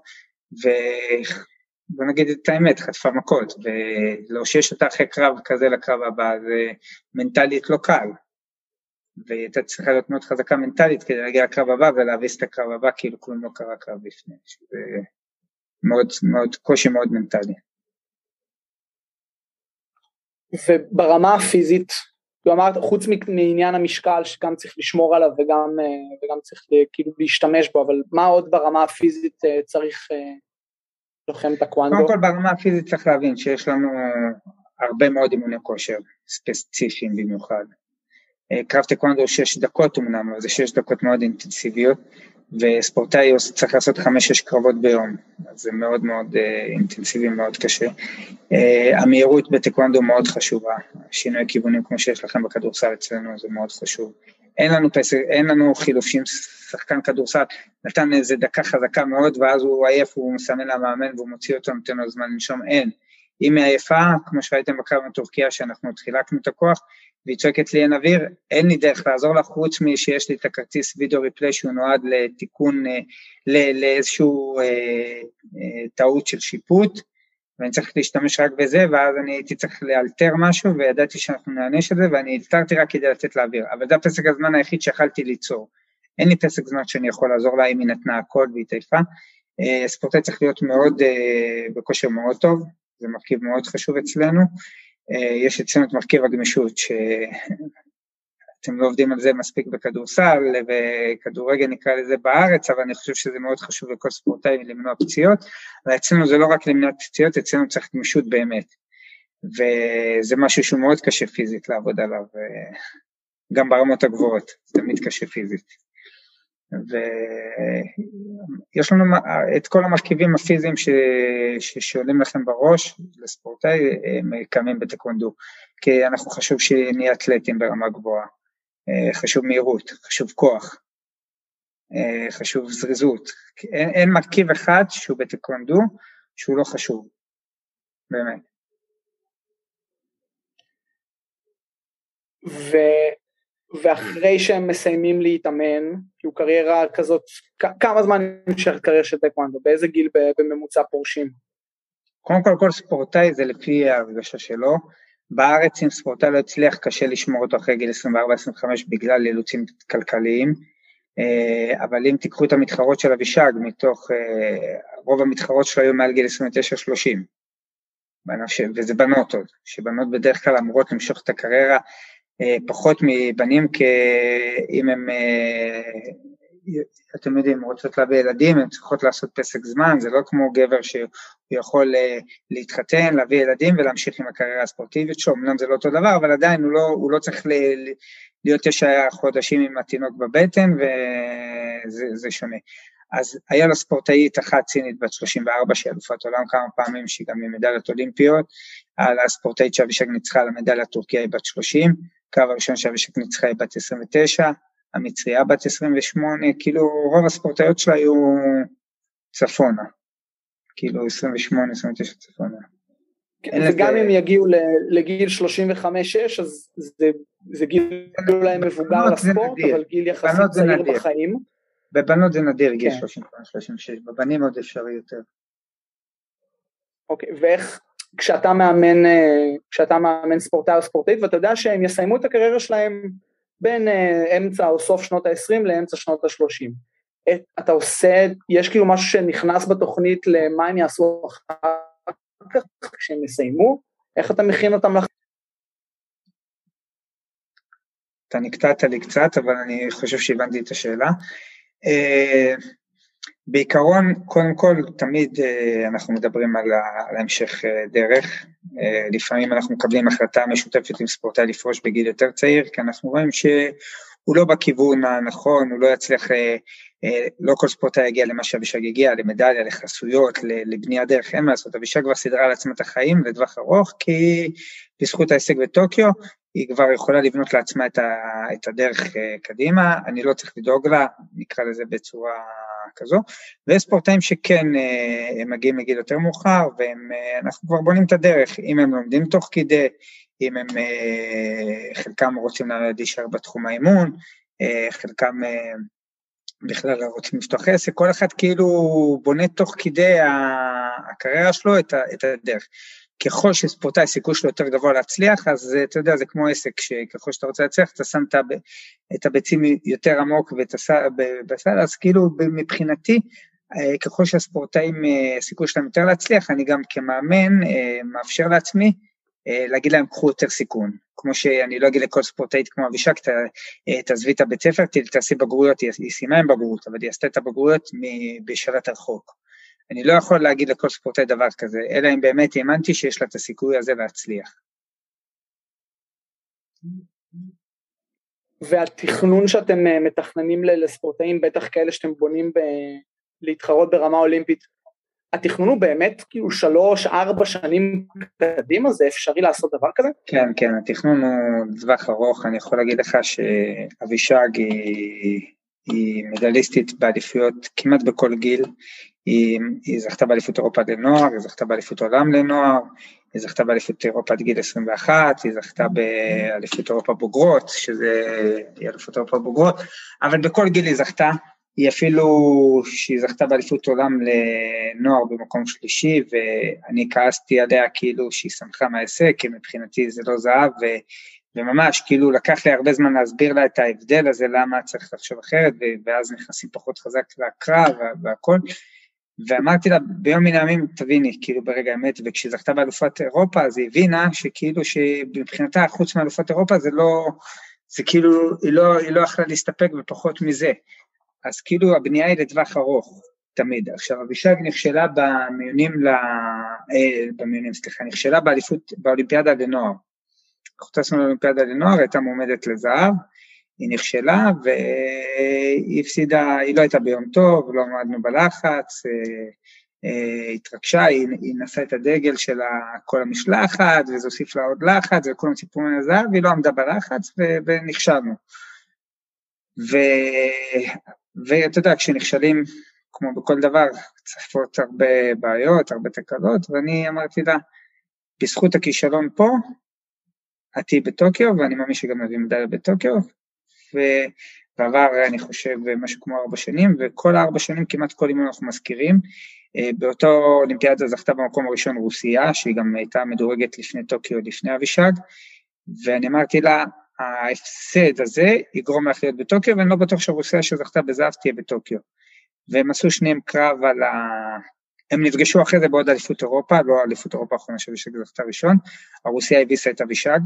ובוא נגיד את האמת, חטפה מכות, ולהושיש אותה אחרי קרב כזה לקרב הבא, זה מנטלית לא קל. והייתה צריכה להיות מאוד חזקה מנטלית כדי להגיע לקרב הבא ולהביס את הקרב הבא כאילו כלום לא קרה קרב לפני, שזה מאוד, מאוד, קושי מאוד מנטלי.
וברמה הפיזית, כלומר, חוץ מעניין המשקל שגם צריך לשמור עליו וגם, וגם צריך כאילו להשתמש בו, אבל מה עוד ברמה הפיזית צריך לוחם טקוונדו?
קודם כל ברמה הפיזית צריך להבין שיש לנו הרבה מאוד אימוני כושר, ספציפיים במיוחד. קרב טקוונדו שש דקות אמנם, אבל זה שש דקות מאוד אינטנסיביות, וספורטאי צריך לעשות חמש שש קרבות ביום, אז זה מאוד מאוד אינטנסיבי, מאוד קשה. המהירות בטקוונדו מאוד חשובה, שינוי כיוונים כמו שיש לכם בכדורסל אצלנו, זה מאוד חשוב. אין לנו פסק, אין לנו חילופים, שחקן כדורסל נתן איזה דקה חזקה מאוד, ואז הוא עייף, הוא מסמן למאמן, והוא מוציא אותו, נותן לו זמן לנשום, אין. אם היא עייפה, כמו שראיתם בקרב מטורקיה, שאנחנו חילקנו את הכוח, והיא צועקת לי אין אוויר, אין לי דרך לעזור לך, חוץ משיש לי את הכרטיס וידאו ריפלי, שהוא נועד לתיקון, לאיזשהו טעות של שיפוט, ואני צריך להשתמש רק בזה, ואז אני הייתי צריך לאלתר משהו, וידעתי שאנחנו נענש את זה, ואני אלתרתי רק כדי לתת לאוויר, אבל זה הפסק הזמן היחיד שיכלתי ליצור, אין לי פסק זמן שאני יכול לעזור לה, אם היא נתנה הכל והיא תעיפה, ספורטאי צריך להיות מאוד, בכושר מאוד טוב, זה מרכיב מאוד חשוב אצלנו, יש אצלנו את מרכיב הגמישות, שאתם לא עובדים על זה מספיק בכדורסל, וכדורגל נקרא לזה בארץ, אבל אני חושב שזה מאוד חשוב לכל ספורטאי למנוע פציעות, ואצלנו זה לא רק למנוע פציעות, אצלנו צריך גמישות באמת, וזה משהו שהוא מאוד קשה פיזית לעבוד עליו, גם ברמות הגבוהות, זה תמיד קשה פיזית. ויש לנו את כל המרכיבים הפיזיים ששואלים לכם בראש לספורטאי, הם קיימים בטקוונדו, כי אנחנו חשוב שנהיה אתלטים ברמה גבוהה, חשוב מהירות, חשוב כוח, חשוב זריזות, אין, אין מרכיב אחד שהוא בטקוונדו שהוא לא חשוב, באמת.
ו... ואחרי שהם מסיימים להתאמן, כאילו קריירה כזאת, כמה זמן נמשכת קריירה של טקוונדו, באיזה גיל בממוצע פורשים?
קודם כל, כל ספורטאי זה לפי ההרגשה שלו, בארץ אם ספורטאי לא הצליח, קשה לשמור אותו אחרי גיל עשרים וארבע עשרים וחמש, בגלל אילוצים כלכליים, אבל אם תיקחו את המתחרות של אבישג, מתוך רוב המתחרות שלו היו מעל גיל עשרים ותשע שלושים, וזה בנות עוד, שבנות בדרך כלל אמורות למשוך את הקריירה, פחות מבנים, כי אם הם, אתם יודעים, רוצות להביא ילדים, הם צריכות לעשות פסק זמן, זה לא כמו גבר שהוא יכול להתחתן, להביא ילדים ולהמשיך עם הקריירה הספורטיבית שלו, אמנם זה לא אותו דבר, אבל עדיין הוא לא, הוא לא צריך להיות תשעה חודשים עם התינוק בבטן, וזה שונה. אז היה לו ספורטאית אחת סינית בת שלושים וארבע, שהיא אלופת עולם כמה פעמים, שהיא גם ממדליות אולימפיות, על הספורטאית שאבישג ניצחה על המדליה הטורקיה היא בת שלושים, קו הראשון שאבישג ניצחה היא בת עשרים ותשע, המצריה בת עשרים ושמונה, כאילו רוב הספורטאיות שלה היו צפונה, כאילו עשרים ושמונה עשרים ותשע צפונה.
וגם אם יגיעו לגיל שלושים וחמש שש, אז זה גיל אולי מבוגר לספורט, אבל גיל יחסית צעיר בחיים.
בבנות זה נדיר גיל שלושים וחמש שלושים ושש, בבנים עוד אפשרי יותר.
אוקיי, ואיך, כשאתה מאמן, כשאתה מאמן ספורטאי או ספורטאית, ואתה יודע שהם יסיימו את הקריירה שלהם בין אמצע או סוף שנות ה-עשרים לאמצע שנות ה-שלושים. אתה עושה, יש כאילו משהו שנכנס בתוכנית למה הם יעשו אחר כך כשהם יסיימו, איך אתה מכין אותם לך?
אתה נקטעת לי קצת, אבל אני חושב שהבנתי את השאלה. בעיקרון, קודם כל, תמיד אנחנו מדברים על ההמשך דרך, לפעמים אנחנו מקבלים החלטה משותפת עם ספורטאי לפרוש בגיל יותר צעיר, כי אנחנו רואים שהוא לא בכיוון הנכון, הוא לא יצליח, לא כל ספורטאי יגיע למה שאבישג הגיע, למדליה, לחסויות, לבנייה דרך, אין מה לעשות, אבישג כבר סדרה על עצמה את החיים לטווח ארוך, כי בזכות ההישג בטוקיו, היא כבר יכולה לבנות לעצמה את, ה, את הדרך קדימה, אני לא צריך לדאוג לה, נקרא לזה בצורה כזו, וספורטאים שכן הם מגיעים לגיל יותר מאוחר, ואנחנו כבר בונים את הדרך, אם הם לומדים תוך כדי, אם הם חלקם רוצים להישאר בתחום האימון, חלקם בכלל רוצים לפתוח עסק, כל אחד כאילו בונה תוך כדי הקריירה שלו את, את הדרך. ככל שספורטאי סיכוי שלו יותר גבוה להצליח, אז אתה יודע, זה כמו עסק, שככל שאתה רוצה להצליח, אתה שם את הביצים יותר עמוק בסל, אז כאילו מבחינתי, ככל שהספורטאים סיכוי שלהם יותר להצליח, אני גם כמאמן מאפשר לעצמי, להגיד להם קחו יותר סיכון, כמו שאני לא אגיד לכל ספורטאית כמו אבישג, תעזבי את הבית ספר, תעשי בגרויות, היא סיימה עם בגרות, אבל היא עשתה את הבגרויות בשלט הרחוק. אני לא יכול להגיד לכל ספורטאי דבר כזה, אלא אם באמת האמנתי שיש לה את הסיכוי הזה להצליח.
והתכנון שאתם מתכננים לספורטאים, בטח כאלה שאתם בונים ב... להתחרות ברמה אולימפית, התכנון הוא באמת כאילו שלוש, ארבע שנים קדימה, זה אפשרי לעשות דבר כזה?
כן, כן, התכנון הוא טווח ארוך, אני יכול להגיד לך שאבישג היא, היא מדליסטית בעדיפויות כמעט בכל גיל, היא, היא זכתה באליפות אירופה לנוער, היא זכתה באליפות עולם לנוער, היא זכתה באליפות אירופה עד גיל עשרים ואחת, היא זכתה באליפות אירופה בוגרות, שזה אליפות אירופה בוגרות, אבל בכל גיל היא זכתה, היא אפילו שהיא זכתה באליפות עולם לנוער במקום שלישי, ואני כעסתי עליה כאילו שהיא שמחה מההישג, כי מבחינתי זה לא זהב, ו, וממש כאילו לקח לי הרבה זמן להסביר לה את ההבדל הזה, למה צריך לחשוב אחרת, ואז נכנסים פחות חזק לקרב והכל, ואמרתי לה ביום מן הימים תביני, כאילו ברגע האמת, וכשהיא זכתה באלופת אירופה, אז היא הבינה שכאילו שבבחינתה חוץ מאלופת אירופה, זה לא, זה כאילו, היא לא, היא לא יכלה להסתפק בפחות מזה, אז כאילו הבנייה היא לטווח ארוך, תמיד. עכשיו, אבישג נכשלה במיונים, ל... אה, במיונים, סליחה, נכשלה באליפות, באולימפיאדה לנוער. חוצצנו לאולימפיאדה לנוער, הייתה מועמדת לזהב, היא נכשלה, והיא הפסידה, היא לא הייתה ביום טוב, לא עמדנו בלחץ, אה, אה, התרגשה, היא, היא נשאה את הדגל של כל המשלחת, וזה הוסיף לה עוד לחץ, וכולם סיפרו מן הזהב, והיא לא עמדה בלחץ, ו... ונכשלנו. ו... ואתה יודע, כשנכשלים, כמו בכל דבר, צפות הרבה בעיות, הרבה תקלות, ואני אמרתי לה, בזכות הכישלון פה, עתי בטוקיו, ואני מאמין שגם נביא מדליה בטוקיו, ועבר, אני חושב, משהו כמו ארבע שנים, וכל ארבע שנים כמעט כל אימון אנחנו מזכירים, באותו אולימפיאדה זכתה במקום הראשון רוסיה, שהיא גם הייתה מדורגת לפני טוקיו, לפני אבישג, ואני אמרתי לה, ההפסד הזה יגרום לך להיות בטוקיו, ואני לא בטוח שרוסיה שזכתה בזהב תהיה בטוקיו. והם עשו שניהם קרב על ה... הם נפגשו אחרי זה בעוד אליפות אירופה, לא אליפות אירופה האחרונה שאבישג זכתה ראשון, הרוסיה הביסה את אבישג,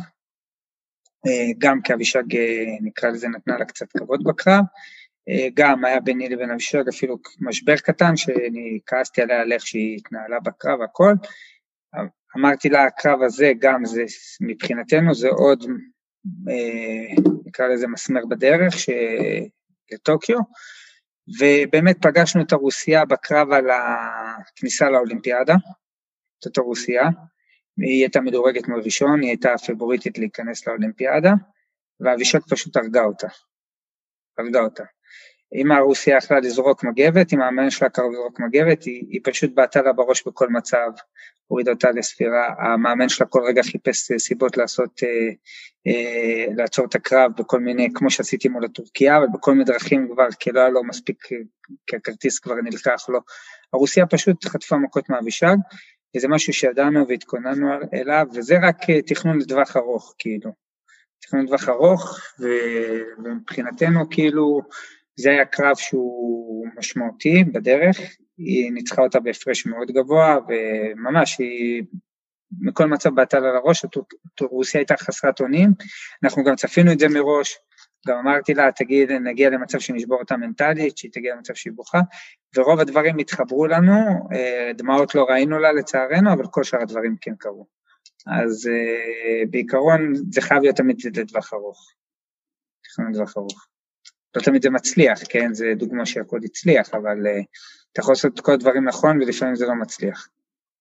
גם כי אבישג נקרא לזה נתנה לה קצת כבוד בקרב, גם היה ביני לבין אבישג אפילו משבר קטן, שאני כעסתי עליה על איך שהיא התנהלה בקרב, הכל, אמרתי לה, הקרב הזה גם זה מבחינתנו, זה עוד... נקרא לזה מסמר בדרך לטוקיו, ובאמת פגשנו את הרוסיה בקרב על הכניסה לאולימפיאדה, את אותו רוסיה, היא הייתה מדורגת מראשון, היא הייתה פבוריטית להיכנס לאולימפיאדה, ואבישג פשוט הרגה אותה, הרגה אותה. אם הרוסיה יכלה לזרוק מגבת, אם המאמן שלה קרב לזרוק מגבת, היא, היא פשוט בעטה לה בראש בכל מצב, הורידה אותה לספירה, המאמן שלה כל רגע חיפש סיבות לעשות, אה, אה, לעצור את הקרב בכל מיני, כמו שעשיתי מול הטורקיה, אבל בכל מיני דרכים כבר, כי לא היה לו מספיק, כי הכרטיס כבר נלקח לו, הרוסיה פשוט חטפה מכות מאבישג, וזה משהו שידענו והתכוננו אליו, וזה רק תכנון לטווח ארוך, כאילו. תכנון לטווח ארוך, ומבחינתנו, כאילו, זה היה קרב שהוא משמעותי בדרך, היא ניצחה אותה בהפרש מאוד גבוה, וממש היא, מכל מצב בעטה לה לראש, רוסיה הייתה חסרת אונים, אנחנו גם צפינו את זה מראש, גם אמרתי לה, תגיד, נגיע למצב שנשבור אותה מנטלית, שהיא תגיע למצב שהיא בוכה, ורוב הדברים התחברו לנו, דמעות לא ראינו לה לצערנו, אבל כל שאר הדברים כן קרו. אז בעיקרון זה חייב להיות תמיד לטווח ארוך, תכנון לטווח ארוך. לא תמיד זה מצליח, כן, זה דוגמה שהכל הצליח, אבל אתה יכול לעשות כל הדברים נכון, ולפעמים זה לא מצליח.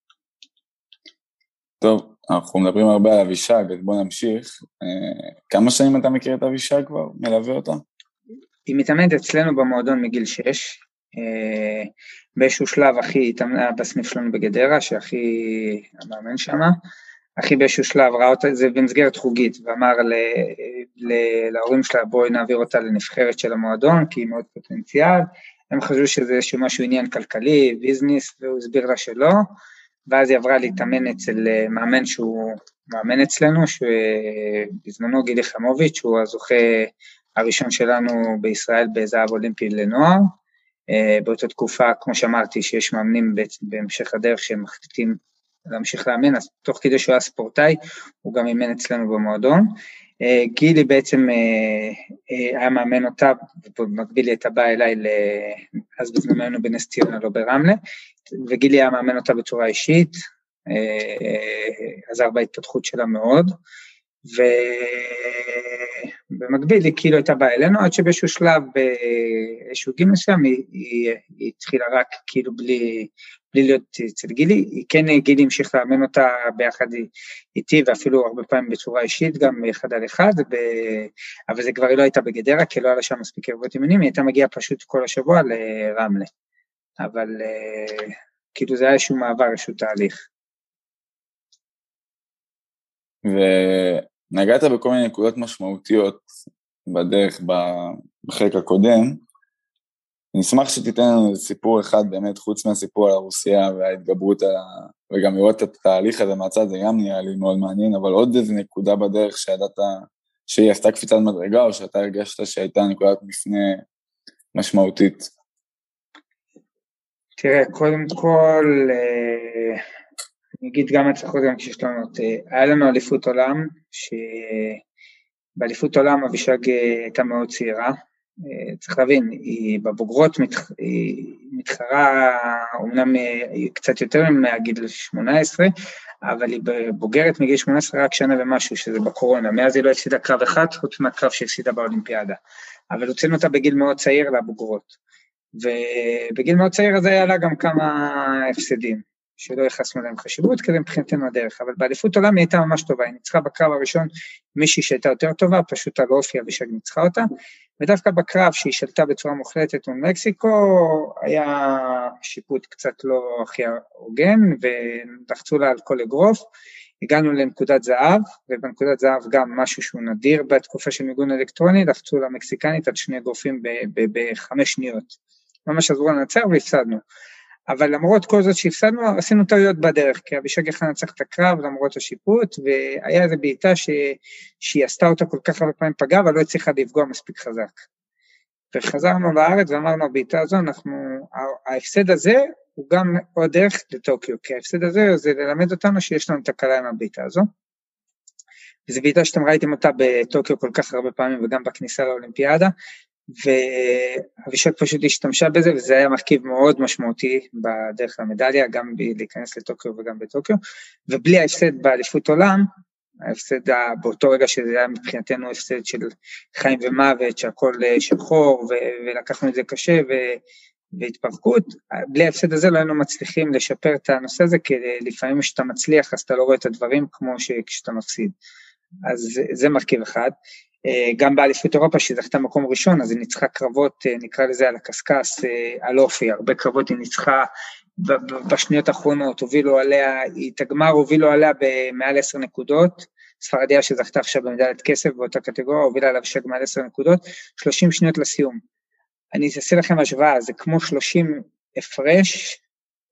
טוב, אנחנו מדברים הרבה על אבישג, אז בוא נמשיך. כמה שנים אתה מכיר את אבישג כבר? מלווה אותה?
היא מתאמנת אצלנו במועדון מגיל שש, באיזשהו שלב אחי התאמנה בסניף שלנו בגדרה, שאחי המאמן שמה, אחי באיזשהו שלב ראה אותה, זה במסגרת חוגית, ואמר להורים שלה, בואי נעביר אותה לנבחרת של המועדון, כי היא מאוד פוטנציאל, הם חשבו שזה איזשהו משהו עניין כלכלי, ביזנס, והוא הסביר לה שלא, ואז היא עברה להתאמן אצל מאמן שהוא מאמן אצלנו, שבזמנו גילי חמוביץ', שהוא הזוכה הראשון שלנו בישראל בזהב אולימפי לנוער, באותה תקופה, כמו שאמרתי, שיש מאמנים בהמשך הדרך שהם מחליטים להמשיך לאמן, אז תוך כדי שהוא היה ספורטאי, הוא גם אימן אצלנו במועדון. גילי בעצם היה מאמן אותה, ובמקביל היא הייתה באה אליי, אז בזמנו בנס ציונה, לא ברמלה, וגילי היה מאמן אותה בצורה אישית, עזר בהתפתחות שלה מאוד, ובמקביל היא כאילו הייתה באה אלינו, עד שבאיזשהו שלב, באיזשהו גיל מסוים, היא, היא, היא התחילה רק כאילו בלי, בלי להיות אצל גילי, היא כן גילי המשיך לאמן אותה ביחד איתי, ואפילו הרבה פעמים בצורה אישית, גם אחד על אחד, ב... אבל זה כבר היא לא הייתה בגדרה, כי לא היה לה שם מספיק ערבות אימונים, היא הייתה מגיעה פשוט כל השבוע לרמלה, אבל כאילו זה היה איזשהו מעבר, איזשהו תהליך.
ונגעת בכל מיני נקודות משמעותיות בדרך, בחלק הקודם, נשמח שתיתן לנו סיפור אחד באמת, חוץ מהסיפור על הרוסיה וההתגברות, וגם לראות את התהליך הזה מהצד, זה גם נראה לי מאוד מעניין, אבל עוד איזו נקודה בדרך שידעת שהיא עשתה קפיצת מדרגה, או שאתה הרגשת שהייתה נקודת מפנה משמעותית?
תראה, קודם כל, אני אגיד גם הצלחות גם כשיש לנו, היה לנו אליפות עולם, שבאליפות עולם אבישג הייתה מאוד צעירה, צריך להבין, היא בבוגרות מתח... היא מתחרה, אומנם היא קצת יותר מהגיל שמונה עשרה, אבל היא בוגרת מגיל שמונה עשרה רק שנה ומשהו, שזה בקורונה, מאז היא לא הפסידה קרב אחד, חוץ מהקרב שהפסידה באולימפיאדה, אבל הוצאנו אותה בגיל מאוד צעיר לבוגרות, ובגיל מאוד צעיר הזה היה לה גם כמה הפסדים, שלא יחסנו להם חשיבות, כזה מבחינתנו הדרך, אבל באליפות עולם היא הייתה ממש טובה, היא ניצחה בקרב הראשון מישהי שהייתה יותר טובה, פשוט על אופי אבישג ניצחה אותה, ודווקא בקרב שהיא שלטה בצורה מוחלטת מול מקסיקו, היה שיפוט קצת לא הכי הוגן, ולחצו לה על כל אגרוף, הגענו לנקודת זהב, ובנקודת זהב גם משהו שהוא נדיר בתקופה של מיגון אלקטרוני, לחצו לה מקסיקנית על שני אגרופים בחמש שניות, ממש עזרו לנצח והפסדנו, אבל למרות כל זאת שהפסדנו, עשינו טעויות בדרך, כי אבישג יכל לנצח את הקרב למרות השיפוט, והיה איזו בעיטה ש... שהיא עשתה אותה כל כך הרבה פעמים פגע, אבל לא הצליחה לפגוע מספיק חזק. וחזרנו לארץ ואמרנו, הבעיטה הזו, אנחנו, ההפסד הזה הוא גם עוד דרך לטוקיו, כי ההפסד הזה זה ללמד אותנו שיש לנו תקלה עם הבעיטה הזו, וזו בעיטה שאתם ראיתם אותה בטוקיו כל כך הרבה פעמים, וגם בכניסה לאולימפיאדה, ואבישג פשוט השתמשה בזה, וזה היה מרכיב מאוד משמעותי בדרך למדליה, גם להיכנס לטוקיו וגם בטוקיו, ובלי ההפסד באליפות עולם, ההפסד באותו רגע שזה היה מבחינתנו הפסד של חיים ומוות, שהכל שחור, ולקחנו את זה קשה, והתפרקות, בלי ההפסד הזה לא היינו מצליחים לשפר את הנושא הזה, כי לפעמים כשאתה מצליח, אז אתה לא רואה את הדברים כמו כשאתה מפסיד, אז זה מרכיב אחד, גם באליפות אירופה שזכתה מקום ראשון, אז היא ניצחה קרבות, נקרא לזה על הקסקס, על אופי, הרבה קרבות היא ניצחה בשניות האחרונות, הובילו עליה, היא תגמר הובילו עליה במעל עשר נקודות, ספרדיה שזכתה עכשיו במדליית כסף באותה קטגוריה, הובילה עליו שג מעל עשר נקודות, שלושים שניות לסיום. אני אעשה לכם השוואה, זה כמו שלושים הפרש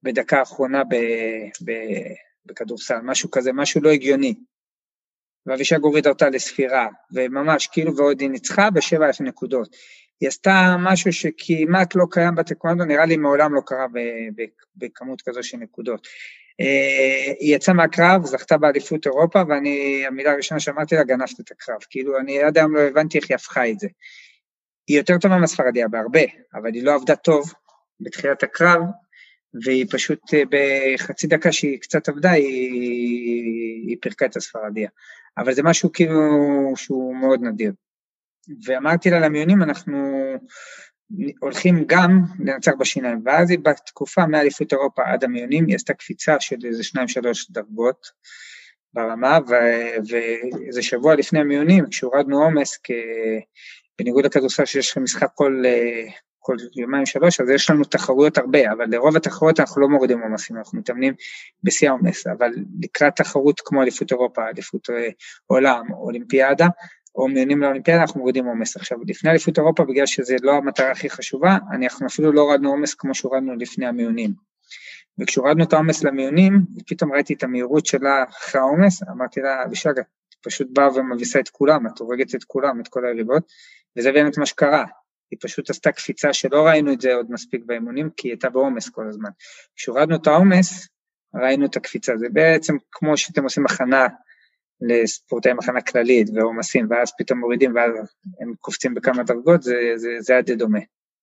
בדקה האחרונה ב, ב, בכדורסל, משהו כזה, משהו לא הגיוני. ואבישג הורידה אותה לספירה, וממש כאילו ועוד היא ניצחה בשבע אלף נקודות. היא עשתה משהו שכמעט לא קיים בטקוונדו, נראה לי מעולם לא קרה בכמות כזו של נקודות. היא יצאה מהקרב, זכתה באליפות אירופה, ואני, המילה הראשונה שאמרתי לה, גנבת את הקרב. כאילו, אני עד היום לא הבנתי איך היא הפכה את זה. היא יותר טובה מהספרדיה בהרבה, אבל היא לא עבדה טוב בתחילת הקרב, והיא פשוט בחצי דקה שהיא קצת עבדה, היא, היא פרקה את הספרדיה. אבל זה משהו כאילו שהוא מאוד נדיר. ואמרתי לה למיונים, אנחנו הולכים גם לנצח בשיניים, ואז היא בתקופה מאליפות אירופה עד המיונים, היא עשתה קפיצה של איזה שניים שלוש דרגות ברמה, ואיזה שבוע לפני המיונים, כשהורדנו עומס, בניגוד לכדורסל שיש לכם משחק כל, כל יומיים שלוש, אז יש לנו תחרויות הרבה, אבל לרוב התחרויות אנחנו לא מורידים עומסים, אנחנו מתאמנים בשיא העומס, אבל לקראת תחרות כמו אליפות אירופה, אליפות עולם, אולימפיאדה, או מיונים לאולימפיאדה, אנחנו מורידים עומס. עכשיו, לפני אליפות אירופה, בגלל שזה לא המטרה הכי חשובה, אנחנו אפילו לא הורדנו עומס כמו שהורדנו לפני המיונים. וכשהורדנו את העומס למיונים, פתאום ראיתי את המהירות שלה אחרי העומס, אמרתי לה, אבישג, פשוט באה ומביסה את כולם, את הורגת את כולם, את כל היריבות, וזה באמת מה שקרה. היא פשוט עשתה קפיצה שלא ראינו את זה עוד מספיק באימונים, כי היא הייתה בעומס כל הזמן. כשהורדנו את העומס, ראינו את הקפיצה. זה בעצם כמו שאתם עושים הכנה לספורטאי מחנה כללית ועומסים, ואז פתאום מורידים ואז הם קופצים בכמה דרגות, זה, זה, זה עד דומה.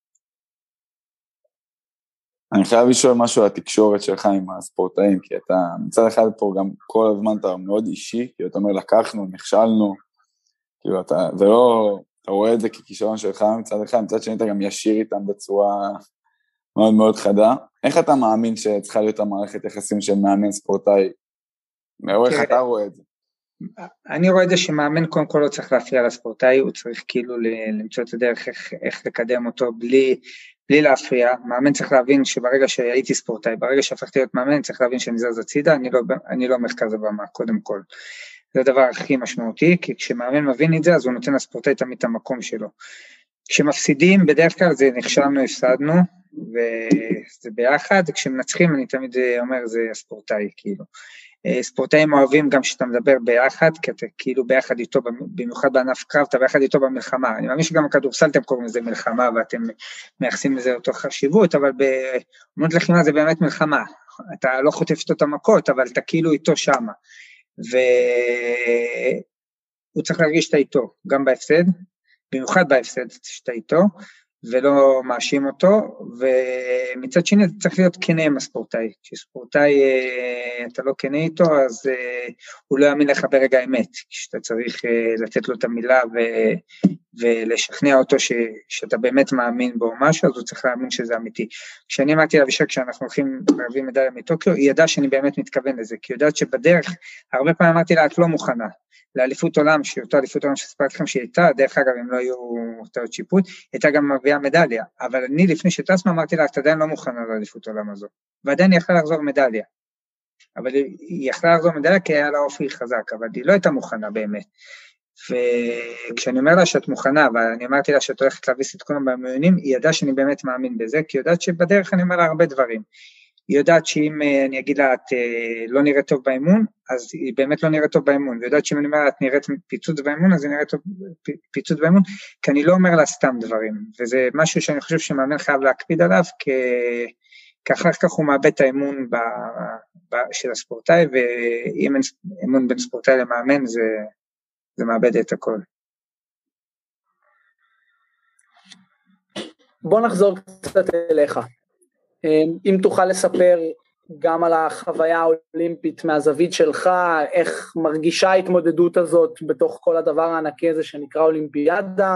אני חייב לשאול משהו על התקשורת שלך עם הספורטאים, כי אתה מצד אחד פה גם כל הזמן אתה מאוד אישי, כי אתה אומר לקחנו, נכשלנו, כאילו אתה, זה לא, אתה רואה את זה ככישרון שלך מצד אחד, מצד שני אתה גם ישיר איתם בצורה מאוד מאוד חדה. איך אתה מאמין שצריכה להיות המערכת יחסים של מאמן ספורטאי? איך אתה רואה את זה?
אני רואה את זה שמאמן קודם כל לא צריך להפריע לספורטאי, הוא צריך כאילו למצוא את הדרך איך, איך לקדם אותו בלי, בלי להפריע. מאמן צריך להבין שברגע שהייתי ספורטאי, ברגע שהפכתי להיות מאמן, צריך להבין שאני זז הצידה, אני לא, אני לא מרכז הבמה, קודם כל. זה הדבר הכי משמעותי, כי כשמאמן מבין את זה, אז הוא נותן לספורטאי תמיד את המקום שלו. כשמפסידים, בדרך כלל זה נכשלנו, הפסדנו, וזה ביחד, כשמנצחים, אני תמיד אומר, זה הספורטאי, כאילו. ספורטאים אוהבים גם שאתה מדבר ביחד, כי אתה כאילו ביחד איתו, במיוחד בענף קרב, אתה ביחד איתו במלחמה. אני מאמין שגם הכדורסל אתם קוראים לזה מלחמה, ואתם מייחסים לזה אותו חשיבות, אבל באמנות לחימה זה באמת מלחמה. אתה לא חוטף איתו את המכות, אבל אתה כאילו איתו שמה. והוא צריך להרגיש שאתה איתו, גם בהפסד, במיוחד בהפסד שאתה איתו, ולא מאשים אותו, ומצד שני זה צריך להיות כנה עם הספורטאי, כשספורטאי אתה לא כנה איתו, אז הוא לא יאמין לך ברגע האמת, כשאתה צריך לתת לו את המילה ו... ולשכנע אותו ש... שאתה באמת מאמין בו משהו, אז הוא צריך להאמין שזה אמיתי. כשאני אמרתי לאבישג כשאנחנו הולכים להביא מדליה מטוקיו, היא ידעה שאני באמת מתכוון לזה, כי היא יודעת שבדרך, הרבה פעמים אמרתי לה, את לא מוכנה, לאליפות עולם, שאותו אליפות עולם שספרתי לכם שהיא הייתה, דרך אגב, אם לא היו אותות שיפוט, הייתה גם מביאה מדליה, אבל אני לפני שטסמה אמרתי לה, את עדיין לא מוכנה לאליפות עולם הזו, ועדיין היא יכלה לחזור מדליה, אבל היא יכלה לחזור מדליה כי היה לה אופי חזק, אבל היא לא הייתה מוכנה באמת, וכשאני אומר לה שאת מוכנה, ואני אמרתי לה שאת הולכת להביס את כולם במיונים, היא ידעה שאני באמת מאמין בזה, כי היא יודעת שבדרך אני אומר לה הרבה דברים, היא יודעת שאם אני אגיד לה, את לא נראית טוב באימון, אז היא באמת לא נראית טוב באימון, והיא יודעת שאם אני אומר לה, את נראית פיצוץ באימון, אז היא נראית טוב פיצוץ באימון, כי אני לא אומר לה סתם דברים, וזה משהו שאני חושב שמאמן חייב להקפיד עליו, כי אחר כך הוא מאבד את האימון ב, ב, של הספורטאי, ואם אין אימון בין ספורטאי למאמן, זה, זה מאבד את הכל.
בוא נחזור קצת אליך. אם תוכל לספר גם על החוויה האולימפית מהזווית שלך, איך מרגישה ההתמודדות הזאת בתוך כל הדבר הענקי הזה שנקרא אולימפיאדה,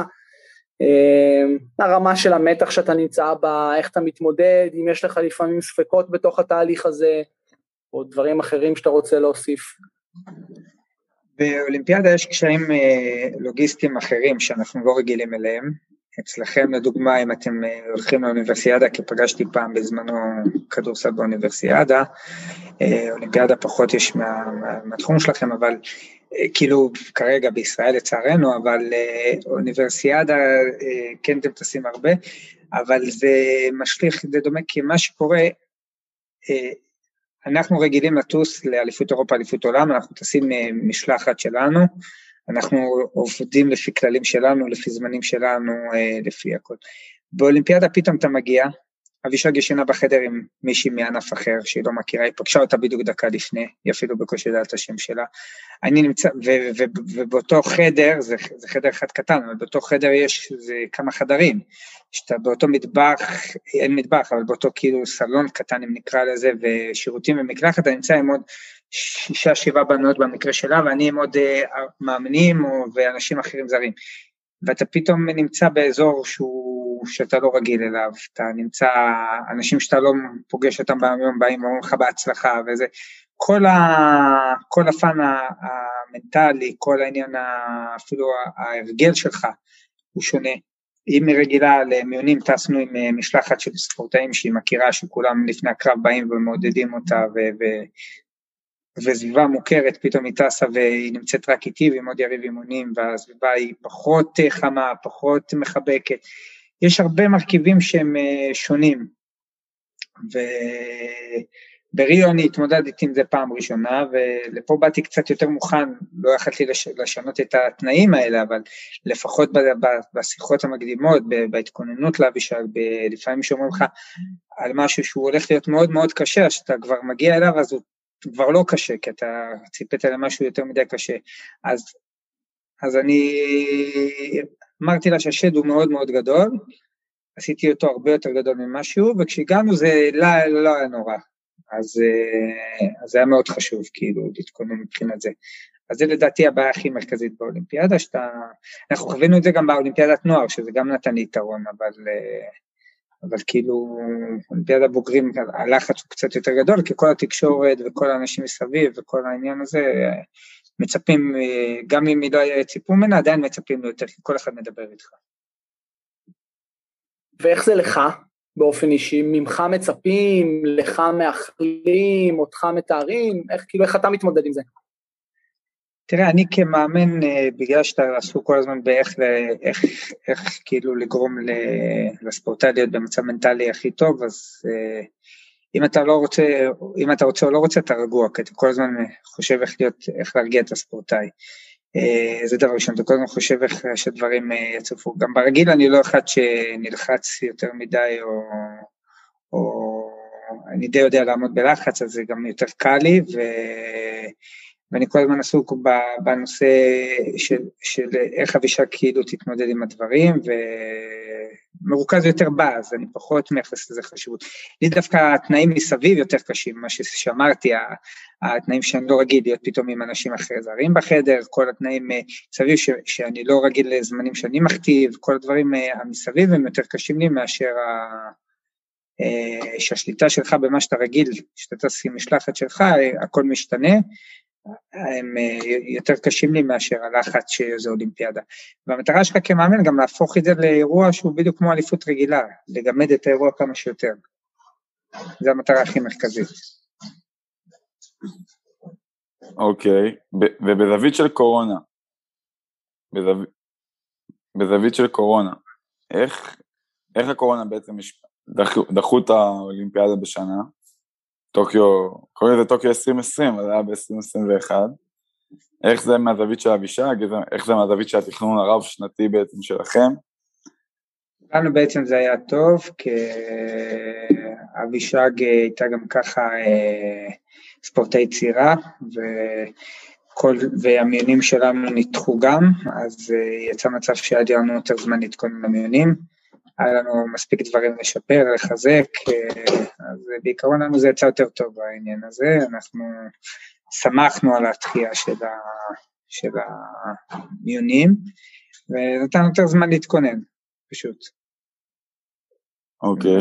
הרמה של המתח שאתה נמצא בה, איך אתה מתמודד, אם יש לך לפעמים ספקות בתוך התהליך הזה, או דברים אחרים שאתה רוצה להוסיף.
באולימפיאדה יש קשיים לוגיסטיים אחרים שאנחנו לא רגילים אליהם, אצלכם לדוגמה אם אתם הולכים לאוניברסיאדה, כי פגשתי פעם בזמנו כדורסל באוניברסיאדה, אולימפיאדה פחות יש מה, מה, מהתחום שלכם, אבל כאילו כרגע בישראל לצערנו, אבל אוניברסיאדה כן אתם תשים הרבה, אבל זה משליך, זה דומה כי מה שקורה, אנחנו רגילים לטוס לאליפות אירופה, אליפות עולם, אנחנו טסים משלחת שלנו, אנחנו עובדים לפי כללים שלנו, לפי זמנים שלנו, לפי הכל. באולימפיאדה פתאום אתה מגיע, אבישג ישנה בחדר עם מישהי מענף אחר, שהיא לא מכירה, היא פגשה אותה בדיוק דקה לפני, היא אפילו בקושי יודעת את השם שלה, אני נמצא, ו- ו- ו- ובאותו חדר, זה, זה חדר אחד קטן, אבל באותו חדר יש זה כמה חדרים, שאתה באותו מטבח, אין מטבח, אבל באותו כאילו סלון קטן, אם נקרא לזה, ושירותים ומקלחת, אתה נמצא עם עוד שישה, שבעה בנות במקרה שלה, ואני עם עוד uh, מאמנים או, ואנשים אחרים זרים, ואתה פתאום נמצא באזור שהוא, שאתה לא רגיל אליו, אתה נמצא, אנשים שאתה לא פוגש אותם ביום, באים ואומרים לך בהצלחה, וזה, כל, ה, כל הפן המנטלי, כל העניין, אפילו ההרגל שלך, הוא שונה. אם רגילה למיונים, טסנו עם משלחת של ספורטאים שהיא מכירה, שכולם לפני הקרב באים ומעודדים אותה, ו... ו וסביבה מוכרת, פתאום היא טסה והיא נמצאת רק איתי, ועם עוד יריב אימונים, והסביבה היא פחות חמה, פחות מחבקת, יש הרבה מרכיבים שהם שונים, ובריו אני התמודדתי עם זה פעם ראשונה, ולפה באתי קצת יותר מוכן, לא יכלתי לשנות את התנאים האלה, אבל לפחות בשיחות המקדימות, בהתכוננות לאבישג, לפעמים שאומרים לך, על משהו שהוא הולך להיות מאוד מאוד קשה, שאתה כבר מגיע אליו, אז הוא כבר לא קשה, כי אתה ציפית למשהו יותר מדי קשה, אז, אז אני אמרתי לה שהשד הוא מאוד מאוד גדול, עשיתי אותו הרבה יותר גדול ממשהו, וכשהגענו זה לא, לא היה נורא, אז, אז זה היה מאוד חשוב, כאילו, להתכונן מבחינת זה. אז זה לדעתי הבעיה הכי מרכזית באולימפיאדה, שאתה, אנחנו חווינו את זה גם באולימפיאדת נוער, שזה גם נתן לי יתרון, אבל... אבל כאילו, אולימפיאדה בוגרים, הלחץ הוא קצת יותר גדול, כי כל התקשורת וכל האנשים מסביב וכל העניין הזה, מצפים, גם אם לא יציפו ממנה, עדיין מצפים לו יותר, כי כל אחד מדבר איתך.
ואיך זה לך, באופן אישי? ממך מצפים, לך מאחלים, אותך מתארים, איך, כאילו, איך אתה מתמודד עם זה?
תראה, אני כמאמן, בגלל שאתה עשו כל הזמן באיך, איך, איך כאילו לגרום לספורטאי להיות במצב מנטלי הכי טוב, אז אם אתה לא רוצה, אם אתה רוצה או לא רוצה, אתה רגוע, כי אתה כל הזמן חושב איך להיות, איך להרגיע את הספורטאי. זה דבר ראשון, אתה כל הזמן חושב איך שדברים יצופו. גם ברגיל אני לא אחד שנלחץ יותר מדי, או, או אני די יודע לעמוד בלחץ, אז זה גם יותר קל לי, ו... ואני כל הזמן עסוק בנושא של, של איך אבישג כאילו תתמודד עם הדברים, ומרוכז יותר בה, אז אני פחות מייחס לזה חשיבות. לי דווקא התנאים מסביב יותר קשים, מה שאמרתי, התנאים שאני לא רגיל להיות פתאום עם אנשים אחרי זרים בחדר, כל התנאים מסביב ש, שאני לא רגיל לזמנים שאני מכתיב, כל הדברים מסביב הם יותר קשים לי מאשר ה... שהשליטה שלך במה שאתה רגיל, שאתה תשים משלחת שלך, הכל משתנה, הם יותר קשים לי מאשר הלחץ שזה אולימפיאדה. והמטרה שלך כמאמן גם להפוך את זה לאירוע שהוא בדיוק כמו אליפות רגילה, לגמד את האירוע כמה שיותר. זו המטרה הכי מרכזית.
אוקיי, ובזווית של קורונה, בזווית של קורונה, איך, איך הקורונה בעצם דחו את האולימפיאדה בשנה? טוקיו, קוראים לזה טוקיו עשרים עשרים, אבל זה היה ב-עשרים עשרים ואחת. איך זה מהזווית של אבישג, איך זה מהזווית של התכנון הרב שנתי בעצם שלכם?
לנו בעצם זה היה טוב, כי אבישג הייתה גם ככה ספורטאי צעירה, וכל, והמיונים שלנו ניתחו גם, אז יצא מצב שעד לנו יותר זמן להתכונן למיונים, היה לנו מספיק דברים לשפר, לחזק, אז בעיקרון לנו זה יצא יותר טוב בעניין הזה, אנחנו שמחנו על התחייה של, ה, של המיונים, ונתנו יותר זמן להתכונן, פשוט.
אוקיי.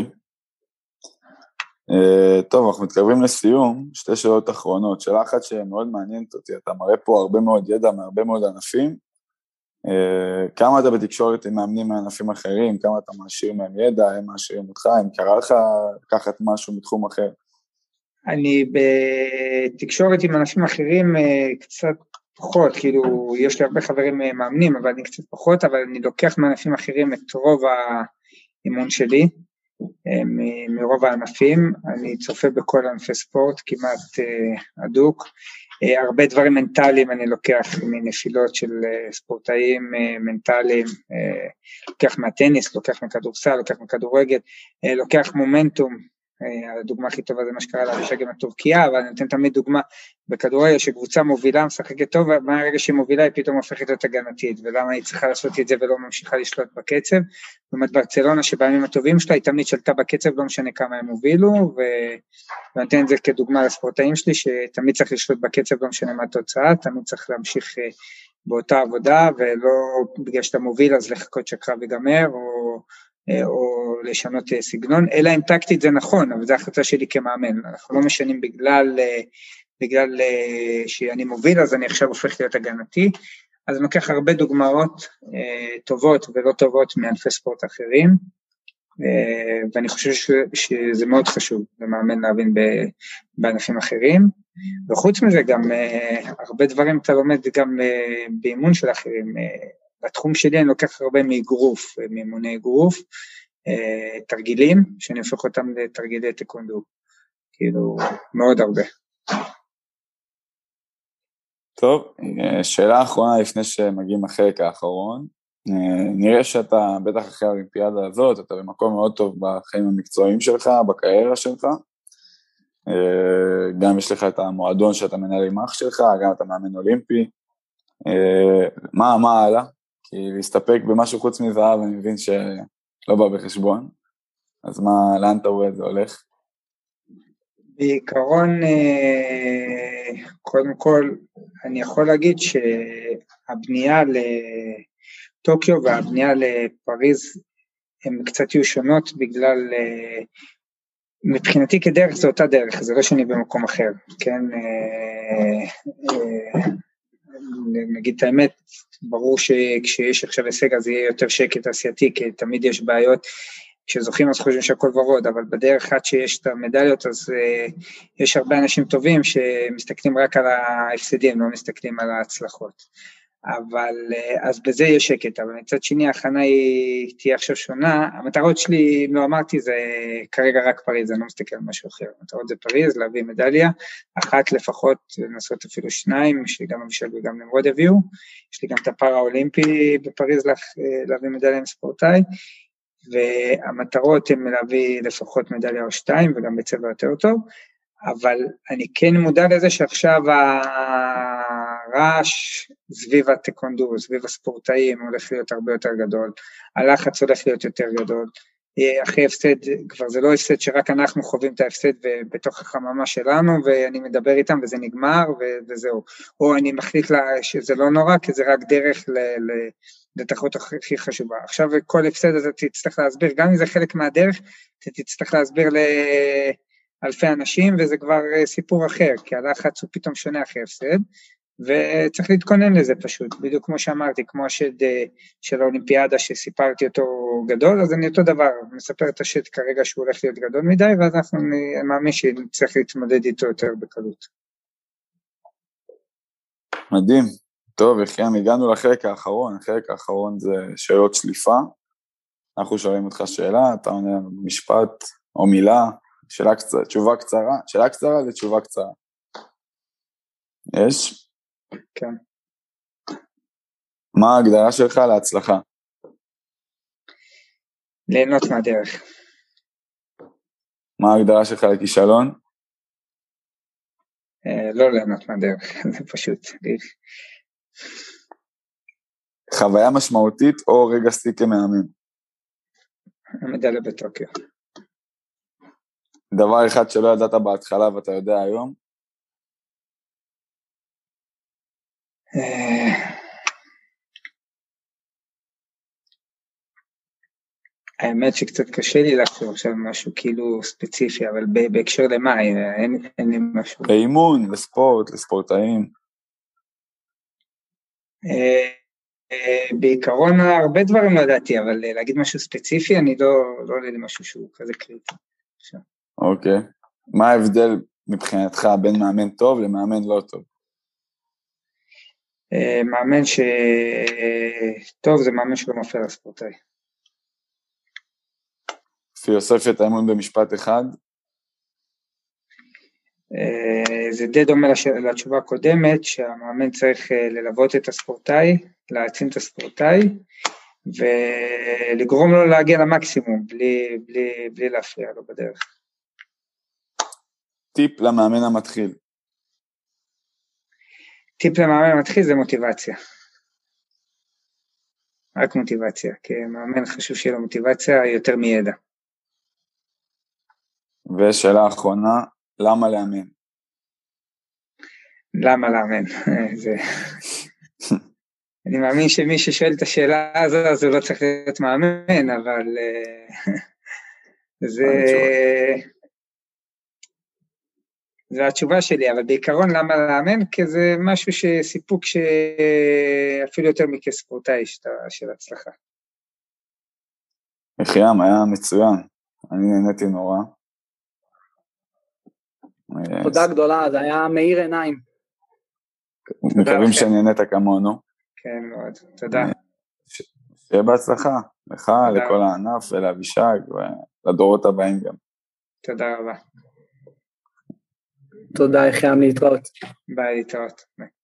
Uh, טוב, אנחנו מתקרבים לסיום, שתי שאלות אחרונות, שאלה אחת שמאוד מעניינת אותי, אתה מראה פה הרבה מאוד ידע מהרבה מאוד ענפים, Uh, כמה אתה בתקשורת עם מאמנים מענפים אחרים, כמה אתה מעשיר מהם ידע, הם מעשירים אותך, אם קרה לך לקחת משהו מתחום אחר?
אני בתקשורת עם ענפים אחרים uh, קצת פחות, כאילו יש לי הרבה חברים uh, מאמנים, אבל אני קצת פחות, אבל אני לוקח מענפים אחרים את רוב האימון שלי, מרוב הענפים, אני צופה בכל ענפי ספורט, כמעט הדוק, הרבה דברים מנטליים אני לוקח מנפילות של ספורטאים מנטליים, לוקח מהטניס, לוקח מכדורסל, לוקח מכדורגל, לוקח מומנטום, הדוגמה הכי טובה זה מה שקרה לאבישג עם הטורקיה, אבל אני נותן תמיד דוגמה בכדורגל שקבוצה מובילה, משחקת טוב, מהרגע שהיא מובילה היא פתאום הופכת להיות הגנתית, ולמה היא צריכה לעשות את זה ולא ממשיכה לשלוט בקצב, באמת ברצלונה שבימים הטובים שלה היא תמיד שלטה בקצב, לא משנה כמה הם הובילו, ואני נותן את זה כדוגמה לספורטאים שלי, שתמיד צריך לשלוט בקצב, לא משנה מה התוצאה, תמיד צריך להמשיך באותה עבודה, ולא בגלל שאתה מוביל אז לחכות שהקרב ייגמר, או או לשנות סגנון, אלא אם טקטית זה נכון, אבל זו החלטה שלי כמאמן, אנחנו לא משנים בגלל, בגלל שאני מוביל, אז אני עכשיו הופך להיות הגנתי, אז אני לוקח הרבה דוגמאות טובות ולא טובות מענפי ספורט אחרים, ואני חושב שזה מאוד חשוב למאמן להבין בענפים אחרים, וחוץ מזה גם הרבה דברים אתה לומד גם באימון של אחרים, בתחום שלי אני לוקח הרבה מאגרוף, מאימוני אגרוף, תרגילים, שאני הופך אותם לתרגילי טקוונדו, כאילו מאוד הרבה.
טוב, שאלה אחרונה לפני שמגיעים החלק האחרון, נראה שאתה בטח אחרי האולימפיאדה הזאת, אתה במקום מאוד טוב בחיים המקצועיים שלך, בקריירה שלך, גם יש לך את המועדון שאתה מנהל עם אח שלך, גם אתה מאמן אולימפי, מה, מה הלאה? כי להסתפק במשהו חוץ מזהב, אני מבין שלא בא בחשבון, אז מה, לאן אתה רואה את זה הולך?
בעיקרון, קודם כל, אני יכול להגיד שהבנייה לטוקיו והבנייה לפריז, הן קצת יהיו שונות בגלל, מבחינתי כדרך זה אותה דרך, זה לא שאני במקום אחר, כן? נגיד את האמת, ברור שכשיש עכשיו הישג אז יהיה יותר שקט תעשייתי, כי תמיד יש בעיות, כשזוכים אז חושבים שהכל ורוד, אבל בדרך אחת שיש את המדליות, אז uh, יש הרבה אנשים טובים שמסתכלים רק על ההפסדים, לא מסתכלים על ההצלחות. אבל, uh, אז בזה יש שקט, אבל מצד שני, ההכנה היא תהיה עכשיו שונה, המטרות שלי, לא אמרתי, זה כרגע רק פריז, אני לא מסתכל על משהו אחר, המטרות זה פריז, להביא מדליה, אחת לפחות, לנסות אפילו שניים, יש לי גם אבישג וגם נמרוד הביאו, יש לי גם את הפארה האולימפי בפריז, לה, להביא מדליה עם ספורטאי, והמטרות הן להביא לפחות מדליה או שתיים, וגם בצבע יותר טוב, אבל אני כן מודע לזה שעכשיו הרעש סביב הטקוונדו, סביב הספורטאים, הולך להיות הרבה יותר גדול, הלחץ הולך להיות יותר גדול, אחרי הפסד, כבר זה לא הפסד שרק אנחנו חווים את ההפסד בתוך החממה שלנו, ואני מדבר איתם וזה נגמר וזהו, או אני מחליט לה שזה לא נורא, כי זה רק דרך ל... ל לתחרות הכי חשובה. עכשיו כל הפסד הזה תצטרך להסביר, גם אם זה חלק מהדרך, תצטרך להסביר לאלפי אנשים, וזה כבר סיפור אחר, כי הלחץ הוא פתאום שונה אחרי הפסד, וצריך להתכונן לזה פשוט, בדיוק כמו שאמרתי, כמו השד של האולימפיאדה שסיפרתי אותו גדול, אז אני אותו דבר, מספר את השד כרגע שהוא הולך להיות גדול מדי, ואז אנחנו מאמין שצריך להתמודד איתו יותר בקלות.
מדהים. טוב, יחיין, הגענו לחלק האחרון, החלק האחרון זה שאלות שליפה, אנחנו שואלים אותך שאלה, אתה עונה משפט או מילה, שאלה קצרה, תשובה קצרה, שאלה קצרה זה תשובה קצרה. יש?
כן.
מה ההגדרה שלך להצלחה?
ליהנות מהדרך.
מה ההגדרה שלך לכישלון?
לא ליהנות מהדרך, זה פשוט.
חוויה משמעותית או רגע שיא כמאמן?
המדליה בטוקיו.
דבר אחד שלא ידעת בהתחלה ואתה יודע היום?
האמת שקצת קשה לי לחשוב עכשיו משהו כאילו ספציפי, אבל בהקשר למה, אין, אין לי משהו.
באימון, לספורט, לספורטאים.
בעיקרון הרבה דברים לא ידעתי, אבל להגיד משהו ספציפי, אני לא, לא עולה לי משהו שהוא כזה קריטי.
אוקיי. מה ההבדל מבחינתך בין מאמן טוב למאמן לא טוב?
מאמן שטוב זה מאמן שלא מפר לספורטאי.
פילוסופיית האימון במשפט אחד?
זה די דומה לתשובה הקודמת, שהמאמן צריך ללוות את הספורטאי, להעצים את הספורטאי, ולגרום לו להגיע למקסימום, בלי, בלי, בלי להפריע לו בדרך.
טיפ למאמן המתחיל.
טיפ למאמן המתחיל זה מוטיבציה. רק מוטיבציה, כי מאמן חשוב שיהיה לו מוטיבציה יותר מידע.
ושאלה אחרונה, למה לאמן?
למה לאמן? זה... אני מאמין שמי ששואל את השאלה הזו, אז הוא לא צריך להיות מאמן, אבל זה... זה התשובה שלי, אבל בעיקרון למה לאמן? כי זה משהו שסיפוק שאפילו יותר מכספורטאי של הצלחה.
יחיים, היה מצוין, אני נהניתי נורא.
תודה גדולה, זה היה מאיר עיניים.
מקווים שנהנית כמונו.
כן מאוד, תודה.
שיהיה בהצלחה, לך, לכל הענף ולאבישג ולדורות הבאים גם.
תודה רבה.
תודה, יחיים, להתראות.
ביי, להתראות.